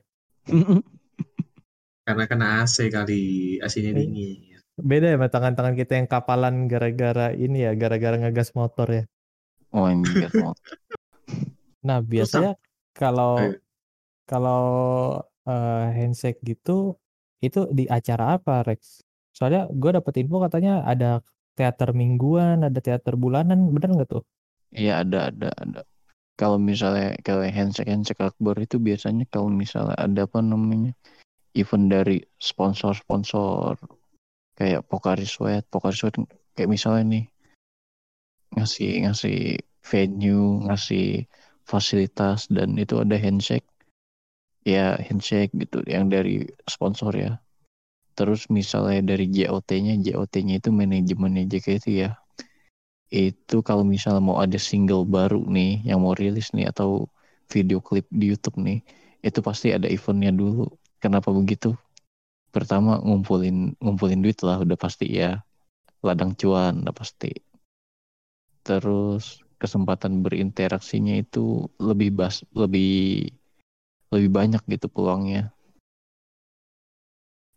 Ya. Karena kena AC kali, AC-nya Eh, dingin. Beda ya sama tangan-tangan kita yang kapalan gara-gara ini ya, gara-gara ngegas motor ya. Oh enggak mau. Nah, Terus biasanya kalau eh, kalau handshake gitu itu di acara apa, Rex? Soalnya gue dapet info katanya ada teater mingguan, ada teater bulanan, bener nggak tuh? Iya ada. Kalau misalnya kalau handshake akbar itu biasanya kalau misalnya ada apa namanya event dari sponsor-sponsor kayak Pocari Sweat kayak misalnya nih ngasih ngasih venue, ngasih fasilitas dan itu ada handshake, ya handshake gitu yang dari sponsor ya. Terus misalnya dari JOT-nya itu manajemennya JKT ya. Itu kalau misalnya mau ada single baru nih yang mau rilis nih atau video klip di YouTube nih, itu pasti ada eventnya dulu. Kenapa begitu? Pertama ngumpulin ngumpulin duit lah udah pasti ya, ladang cuan udah pasti. Terus kesempatan berinteraksinya itu lebih lebih banyak gitu peluangnya.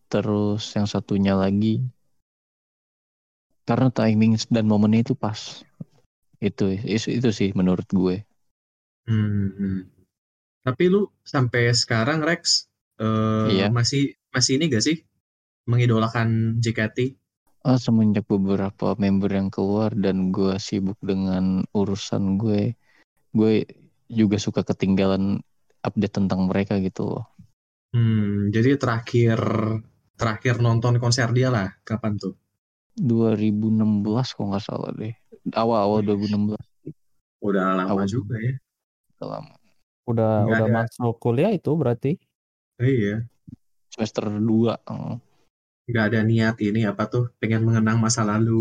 Terus yang satunya lagi karena timing dan momennya itu pas. Itu sih menurut gue. Hmm, hmm. Tapi lu sampai sekarang Rex Iya. masih masih ini gak sih mengidolakan JKT? Semenjak beberapa member yang keluar dan gue sibuk dengan urusan gue juga suka ketinggalan update tentang mereka gitu loh. Jadi terakhir terakhir nonton konser dia lah kapan tuh? 2016 kok nggak salah deh. Awal-awal Wih, 2016. udah lama Awal juga ya. dalam Nggak Udah ada. masuk kuliah itu berarti. Iya, semester 2. nggak ada niat ini apa tuh pengen mengenang masa lalu.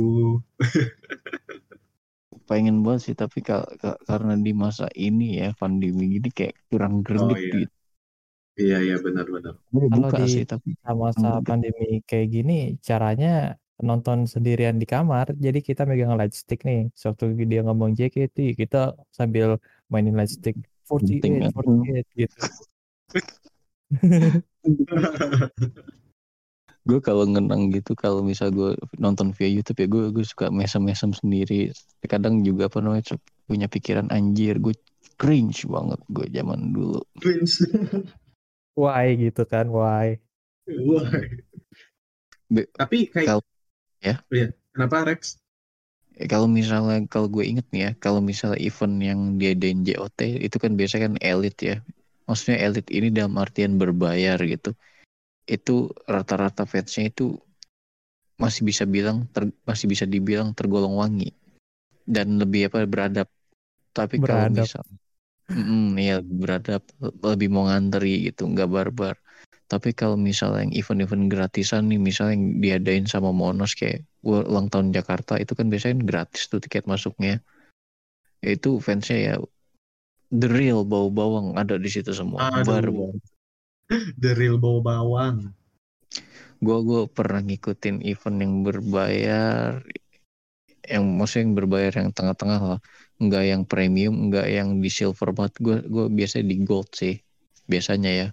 Pengen banget sih tapi karena di masa ini ya pandemi gini kayak kurang Oh greget iya, gitu. iya iya benar-benar. Gue Kalau buka di sih tapi kurang masa greget. pandemi kayak gini, caranya nonton sendirian di kamar. Jadi kita megang lightstick nih. Sewaktu dia ngomong JKT, kita sambil mainin lightstick Penting 48, kan. 48 gitu. Gue kalau ngenang gitu kalau misal gue nonton via YouTube ya gue suka mesem-mesem sendiri. Kadang juga apa namanya punya pikiran anjir gue cringe banget gue zaman dulu. Twins. Why gitu kan, why? Wah. Be- Tapi kayak kalau ya ya, kenapa Rex? kalau gue inget nih ya kalau misalnya event yang diadain JOT itu kan biasanya kan elit ya. Maksudnya elit ini dalam artian berbayar gitu. Itu rata-rata fansnya itu masih bisa dibilang tergolong wangi dan lebih apa beradab. Tapi kalau Beradab. misal ya beradab lebih mau nganteri gitu nggak barbar. Tapi kalau misalnya yang event-event gratisan nih misalnya yang diadain sama Monos kayak ulang tahun Jakarta itu kan biasanya gratis tuh tiket masuknya. Ya itu fansnya ya the real bau bawang ada di situ semua Aduh, barbar. the real bau bawang. Gue pernah ngikutin event yang berbayar yang maksudnya yang berbayar yang tengah-tengah lah nggak yang premium nggak yang di silver banget gue biasanya di gold sih biasanya ya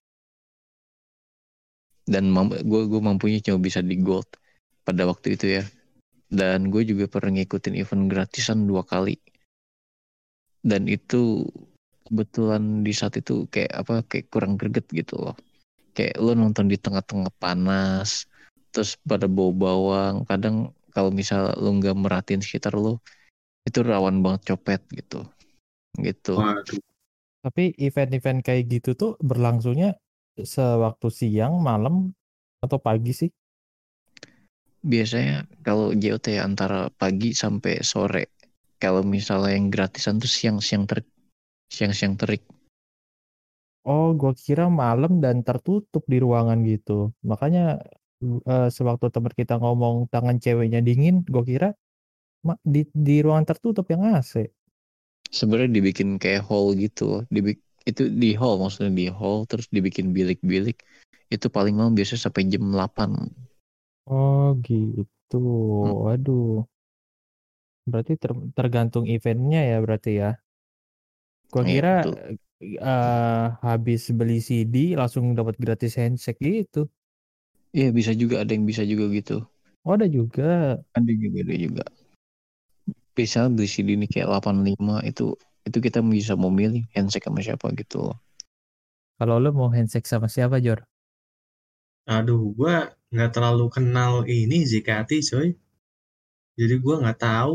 dan gue mampunya cuma bisa di gold pada waktu itu ya dan gue juga pernah ngikutin event gratisan 2 kali dan itu kebetulan di saat itu kayak kurang greget gitu loh kayak lo nonton di tengah-tengah panas terus pada bau bawang kadang kalau misal lo nggak merhatiin sekitar lo itu rawan banget copet gitu. Waduh. Tapi event-event kayak gitu tuh berlangsungnya sewaktu siang, malam, atau pagi sih? Biasanya kalau JOT ya antara pagi sampai sore. Kalau misalnya yang gratisan tuh siang-siang terik. Oh, gua kira malam dan tertutup di ruangan gitu. Makanya sewaktu teman kita ngomong tangan ceweknya dingin, gua kira di ruangan tertutup yang AC. Sebenarnya dibikin kayak hall gitu. Itu di hall maksudnya di hall terus dibikin bilik-bilik. Itu paling malam biasanya sampai jam 8. Oh, gitu. Hmm, Waduh. Berarti tergantung eventnya ya berarti ya. Gua iya kira betul. habis beli CD langsung dapat gratis handshake gitu. Iya bisa juga ada yang bisa juga gitu. Oh, ada juga. Ada juga. Bisa beli CD ini kayak 85 itu kita bisa memilih handshake sama siapa gitu loh. Kalau lo mau handshake sama siapa, Jor? Aduh, gua nggak terlalu kenal ini JKT, coy. Jadi gua nggak tahu.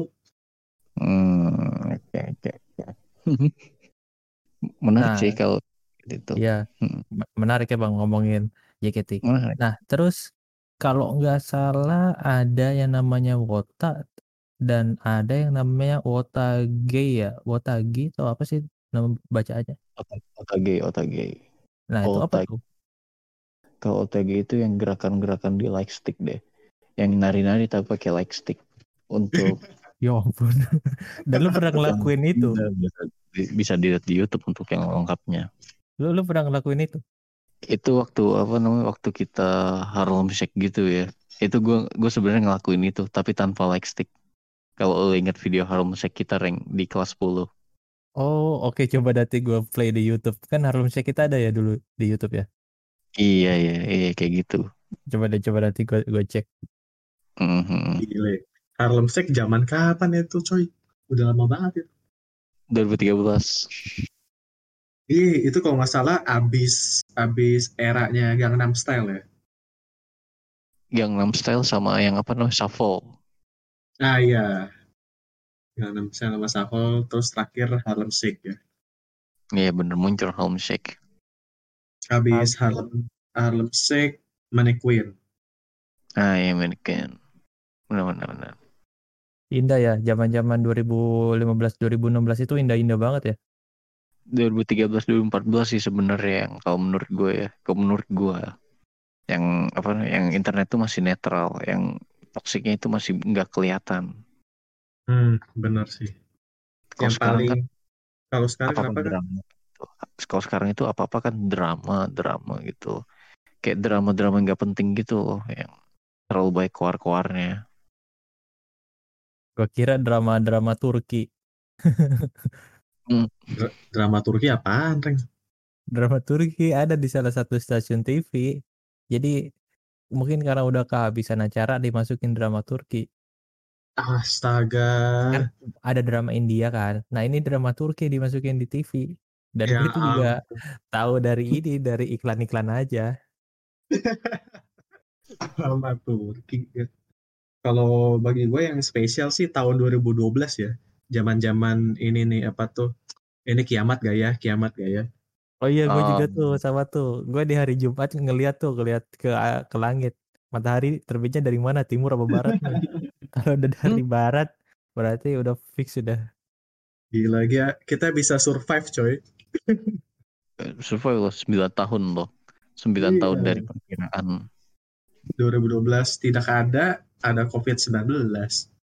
Oke. Menarik sih Nah, kalau itu. iya, Hmm, menarik ya Bang ngomongin JKT. Menarik. Nah, terus kalau nggak salah ada yang namanya Wota dan ada yang namanya Wotage ya. Wotage atau apa sih nama bacaannya? OTG. Nah, itu apa OTG. tuh? Kalau OTG itu yang gerakan-gerakan di like stick deh. Yang nari-nari tapi pakai like stick. Untuk Ya ampun. Dan lu pernah ngelakuin itu? bisa dilihat di YouTube untuk yang lengkapnya. Lu pernah ngelakuin itu? Itu waktu apa namanya waktu kita Harlem Shake gitu ya. Itu gue sebenarnya ngelakuin itu tapi tanpa like stick. Kalau lo ingat video Harlem Shake kita rank di kelas 10. Oh, oke, coba nanti gue play di YouTube. Kan Harlem Shake kita ada ya dulu di YouTube ya. Iya kayak gitu. Coba nanti gue cek. Mhm. Gile. Harlem Shake zaman kapan itu coy? Udah lama banget ya. 2013. Itu kalau nggak salah abis eranya Gangnam Style ya. Gangnam Style sama yang apa namanya Shuffle. Ah iya, Gangnam Style sama Shuffle, terus terakhir Harlem Shake ya. Iya bener muncul Home Shake. Habis Ab- Harlem Shake, Mannequin. Ah iya mungkin. Benar. Indah ya, zaman-zaman 2015 2016 itu indah-indah banget ya. 2013 2014 sih sebenarnya yang kalau menurut gue ya. Kalau menurut gue yang apa yang internet tuh masih netral, yang toksiknya itu masih nggak kelihatan. Bener sih. Kalau Yang sekarang paling kan kalau sekarang apa-apa apa kan? drama. Kalau sekarang itu apa-apa kan drama gitu. Kayak drama-drama nggak penting gitu loh, yang terlalu baik keluar-keluarnya. Gue kira drama-drama Turki. Hmm. Drama Turki apaan, Reng? Drama Turki ada di salah satu stasiun TV. Jadi mungkin karena udah kehabisan acara dimasukin drama Turki. Astaga. Kan ada drama India kan. Nah ini drama Turki dimasukin di TV. Dan Ya gue itu juga ampun. tahu dari iklan-iklan aja. Drama Turki. Kalau bagi gue yang spesial sih tahun 2012 ya. Zaman-zaman ini nih apa tuh? Ini kiamat gak ya? Kiamat gak ya? Oh iya, gue juga tuh Um, sama tuh. Gue di hari Jumat ngeliat ke langit. Matahari terbitnya dari mana? Timur apa barat nih? Kalau udah dari barat, berarti udah fix sudah. Gila, gila. Kita bisa survive, coy. survive loh 9 tahun loh. 9 tahun dari Iya. perkiraan. 2012 tidak ada COVID-19.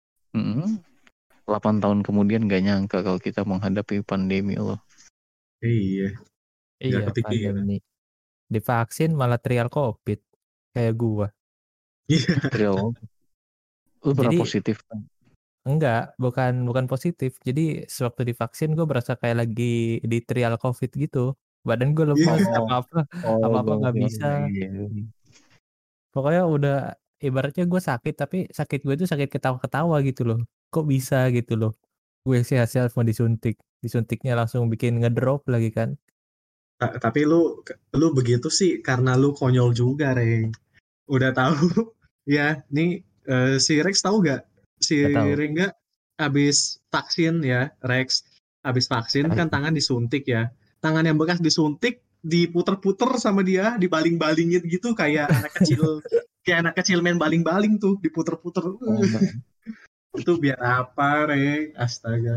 8 tahun kemudian gak nyangka kalau kita menghadapi pandemi loh. Iya, nggak Iya, kepikiran. pandemi. Divaksin malah trial COVID. Kayak gua. Iya, Real. Lu pernah Jadi positif kan? enggak, bukan positif. Jadi sewaktu divaksin gue berasa kayak lagi di trial COVID gitu. Badan gue lemas, iya. Oh, oh, apa-apa nggak gawat. bisa. Iya. Pokoknya udah ibaratnya gue sakit, tapi sakit gue itu sakit ketawa-ketawa gitu loh. Kok bisa gitu loh. Gue sehat-sehat mau disuntik. Disuntiknya langsung bikin ngedrop lagi kan. Tapi lu begitu sih karena lu konyol juga, Reng. Udah tahu ya, nih si Rex tahu gak? Si Gak tahu. Rengga habis vaksin ya, Rex. Habis vaksin kan tangan disuntik ya. Tangan yang bekas disuntik diputer-puter sama dia, dibaling-balingin gitu kayak anak kecil main baling-baling tuh, diputer-puter. Oh, enggak. Itu biar apa, Reng? Astaga.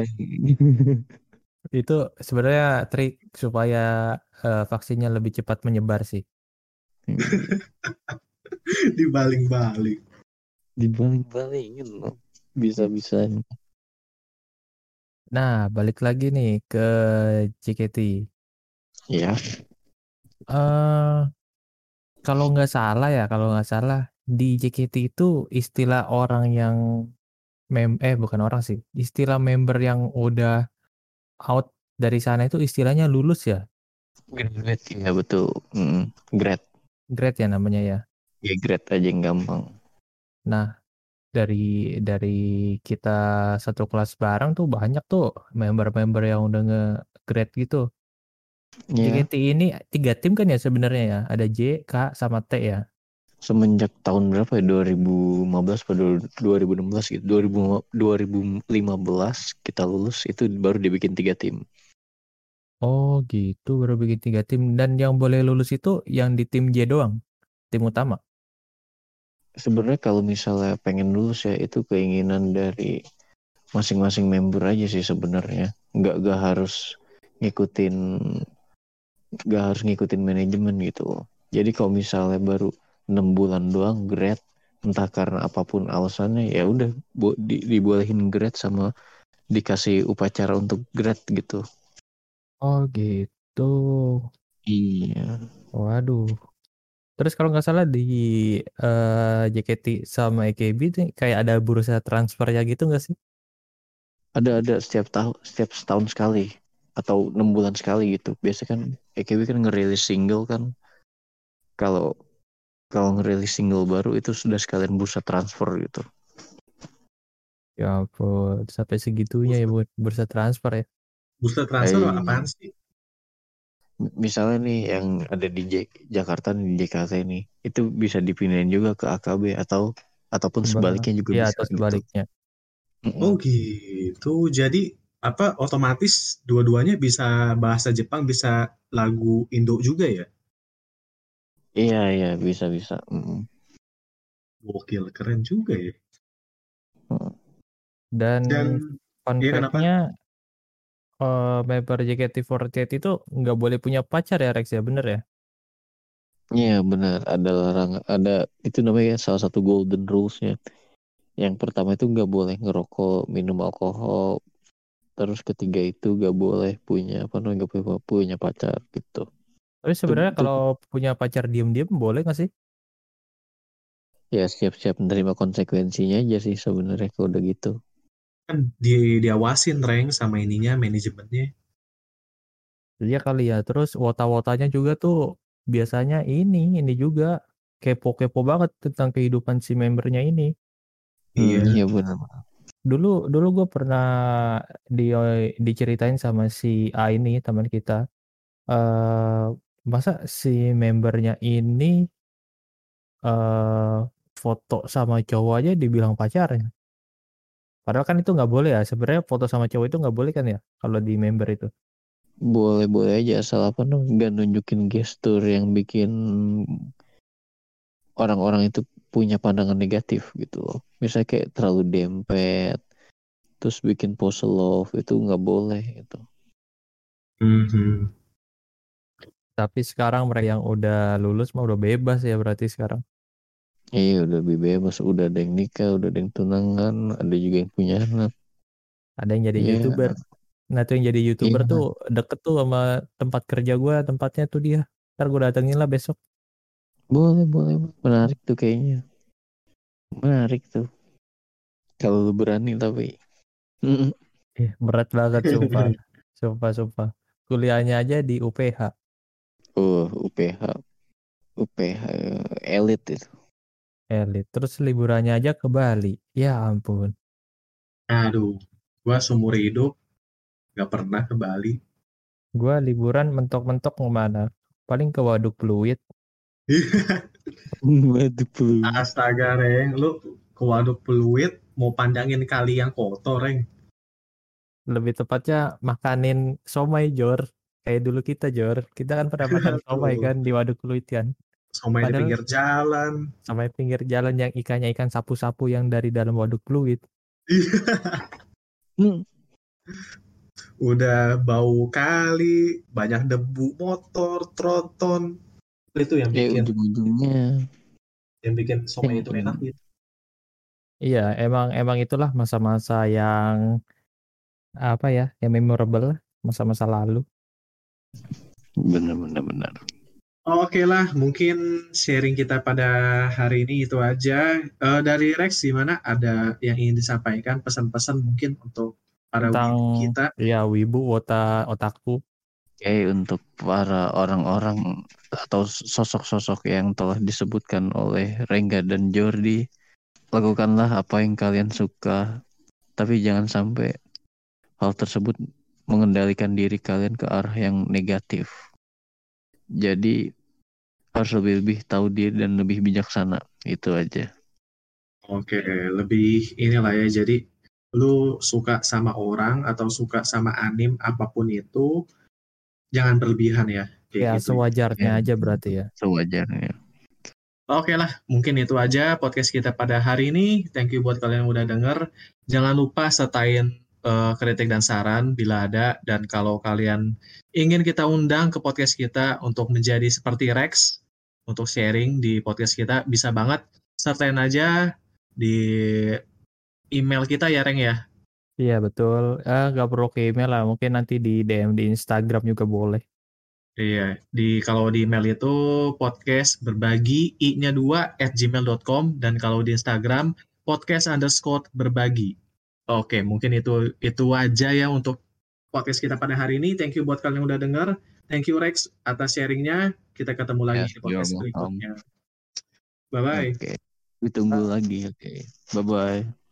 Itu sebenarnya trik supaya vaksinnya lebih cepat menyebar sih. Dibaling-baling. Dibalik-balingin loh. Bisa-bisa. Nah, balik lagi nih ke JKT. Ya. eh kalau nggak salah di JKT itu istilah orang yang bukan orang sih, istilah member yang udah out dari sana itu istilahnya lulus ya, Graduate. Ya betul. Grad. grad ya namanya ya. Ya grad aja yang gampang. Nah, dari dari kita satu kelas bareng tuh banyak tuh member-member yang udah nge-grad gitu. Ya. JKT ini 3 tim kan ya sebenarnya ya, ada J, K, sama T ya. Semenjak tahun berapa ya? 2015 pada 2016 gitu. 2015 kita lulus itu baru dibikin 3 tim. Oh gitu, baru bikin 3 tim. Dan yang boleh lulus itu yang di tim J doang, tim utama. Sebenarnya kalau misalnya pengen lulus ya itu keinginan dari masing-masing member aja sih sebenarnya. Nggak harus ngikutin ngikutin manajemen gitu loh. Jadi kalau misalnya baru 6 bulan doang grad, entah karena apapun alasannya ya udah dibolehin grad sama dikasih upacara untuk grad gitu. Oh gitu. Iya. Waduh. Terus kalau nggak salah di JKT sama AKB nih kayak ada bursa transfer ya gitu nggak sih? Ada setiap tahun, setiap setahun sekali atau 6 bulan sekali gitu. Biasanya kan EKB kan ngerilis single kan. Kalau kalau ngerilis single baru itu sudah sekalian bursa transfer gitu. Ya ampun, sampai segitunya ya buat bursa transfer ya. Bursa transfer Eh, apaan sih? Misalnya nih yang ada di Jakarta nih, di JKT nih, itu bisa dipindahin juga ke AKB ataupun sebaliknya juga Iya bisa atau gitu. sebaliknya. Oh gitu. Jadi apa otomatis dua-duanya bisa bahasa Jepang, bisa lagu Indo juga ya? Iya bisa. Gokil, keren juga ya. Dan Dan fun ya kenapa? fact-nya member JKT48 itu nggak boleh punya pacar ya Rex ya, bener ya? Iya benar, ada larangan, ada itu namanya salah satu golden rules-nya. Yang pertama itu nggak boleh ngerokok, minum alkohol. Terus ketiga itu nggak boleh punya apa namanya, nggak boleh punya pacar gitu. Tapi sebenarnya Itu kalau punya pacar diem-diem boleh nggak sih? ya siap-siap menerima konsekuensinya aja sih sebenarnya kalau udah gitu. Kan diawasin Reng sama ininya manajemennya. Iya kali ya. Terus wota-wotanya juga tuh biasanya ini juga kepo-kepo banget tentang kehidupan si membernya ini. Iya. Iya benar. Dulu gue pernah di diceritain sama si A ini teman kita. eh Masa si membernya ini eh foto sama cowok aja dibilang pacarnya. Padahal kan itu nggak boleh ya. Sebenarnya foto sama cowok itu nggak boleh kan ya kalau di member itu. Boleh-boleh aja asal apa nggak nunjukin gestur yang bikin orang-orang itu punya pandangan negatif gitu loh. Misalnya kayak terlalu dempet, terus bikin pose love itu nggak boleh gitu. Mhm. Tapi sekarang mereka yang udah lulus mah udah bebas ya berarti sekarang. Iya udah lebih bebas, udah ada yang nikah, udah ada yang tunangan, ada juga yang punya anak. Ada yang jadi Iya, YouTuber. Nah tuh yang jadi YouTuber tuh iya, deket tuh sama tempat kerja gue, tempatnya tuh dia. Ntar gue datengin lah besok. boleh, menarik tuh kayaknya, menarik tuh. Kalau lu berani tapi, Berat banget sumpah. Sumpah. Kuliahnya aja di UPH. UPH, UPH elit itu. Elit. Terus liburannya aja ke Bali. Ya ampun. Aduh, gua seumur hidup nggak pernah ke Bali. Gue liburan mentok-mentok kemana? Paling ke Waduk Pluit. Waduh, peluit. Astaga, Reng, lu ke Waduk Pluit mau pandangin kali yang kotor, Reng. Lebih tepatnya makanin somai, Jor. Kayak dulu kita, Jor. Kita kan pernah makan somai Aduh, kan di Waduk Pluit kan. somai di Padahal pinggir jalan. sampai pinggir jalan yang ikannya ikan sapu-sapu yang dari dalam waduk fluid. Hmm. Udah bau kali, banyak debu motor, tronton. Itu Ujung-ujungnya, yang bikin somai itu enak ujung- gitu. Iya, emang itulah masa-masa yang apa ya, yang memorable lah, masa-masa lalu. benar. Oke lah, mungkin sharing kita pada hari ini itu aja. Dari Rex, gimana? Ada yang ingin disampaikan, pesan-pesan mungkin untuk para Tentang wibu kita? ya wibu otaku. Oke, untuk para orang-orang atau sosok-sosok yang telah disebutkan oleh Rengga dan Jordi, lakukanlah apa yang kalian suka, tapi jangan sampai hal tersebut mengendalikan diri kalian ke arah yang negatif. Jadi harus lebih tahu diri dan lebih bijaksana. Itu aja. Oke, lebih inilah ya. Jadi, lu suka sama orang atau suka sama anim apapun itu, jangan berlebihan ya. Kayak Ya gitu ya. sewajarnya Ya, aja berarti ya. sewajarnya. Oke lah, mungkin itu aja podcast kita pada hari ini. Thank you buat kalian yang udah denger. Jangan lupa sertain kritik dan saran bila ada. Dan kalau kalian ingin kita undang ke podcast kita untuk menjadi seperti Rex, untuk sharing di podcast kita, bisa banget sertain aja di email kita ya, Reng ya. Iya betul. Nggak perlu ke email lah, mungkin nanti di DM di Instagram juga boleh. Iya, kalau di email itu podcast berbagi i-nya 2 @gmail.com, dan kalau di Instagram podcast_berbagi. Oke, mungkin itu aja ya untuk podcast kita pada hari ini. Thank you buat kalian yang udah denger. Thank you Rex atas sharingnya. Kita ketemu lagi Yes, di you're podcast welcome. berikutnya. Bye bye. Oke. Ditunggu lagi. Oke. Bye bye.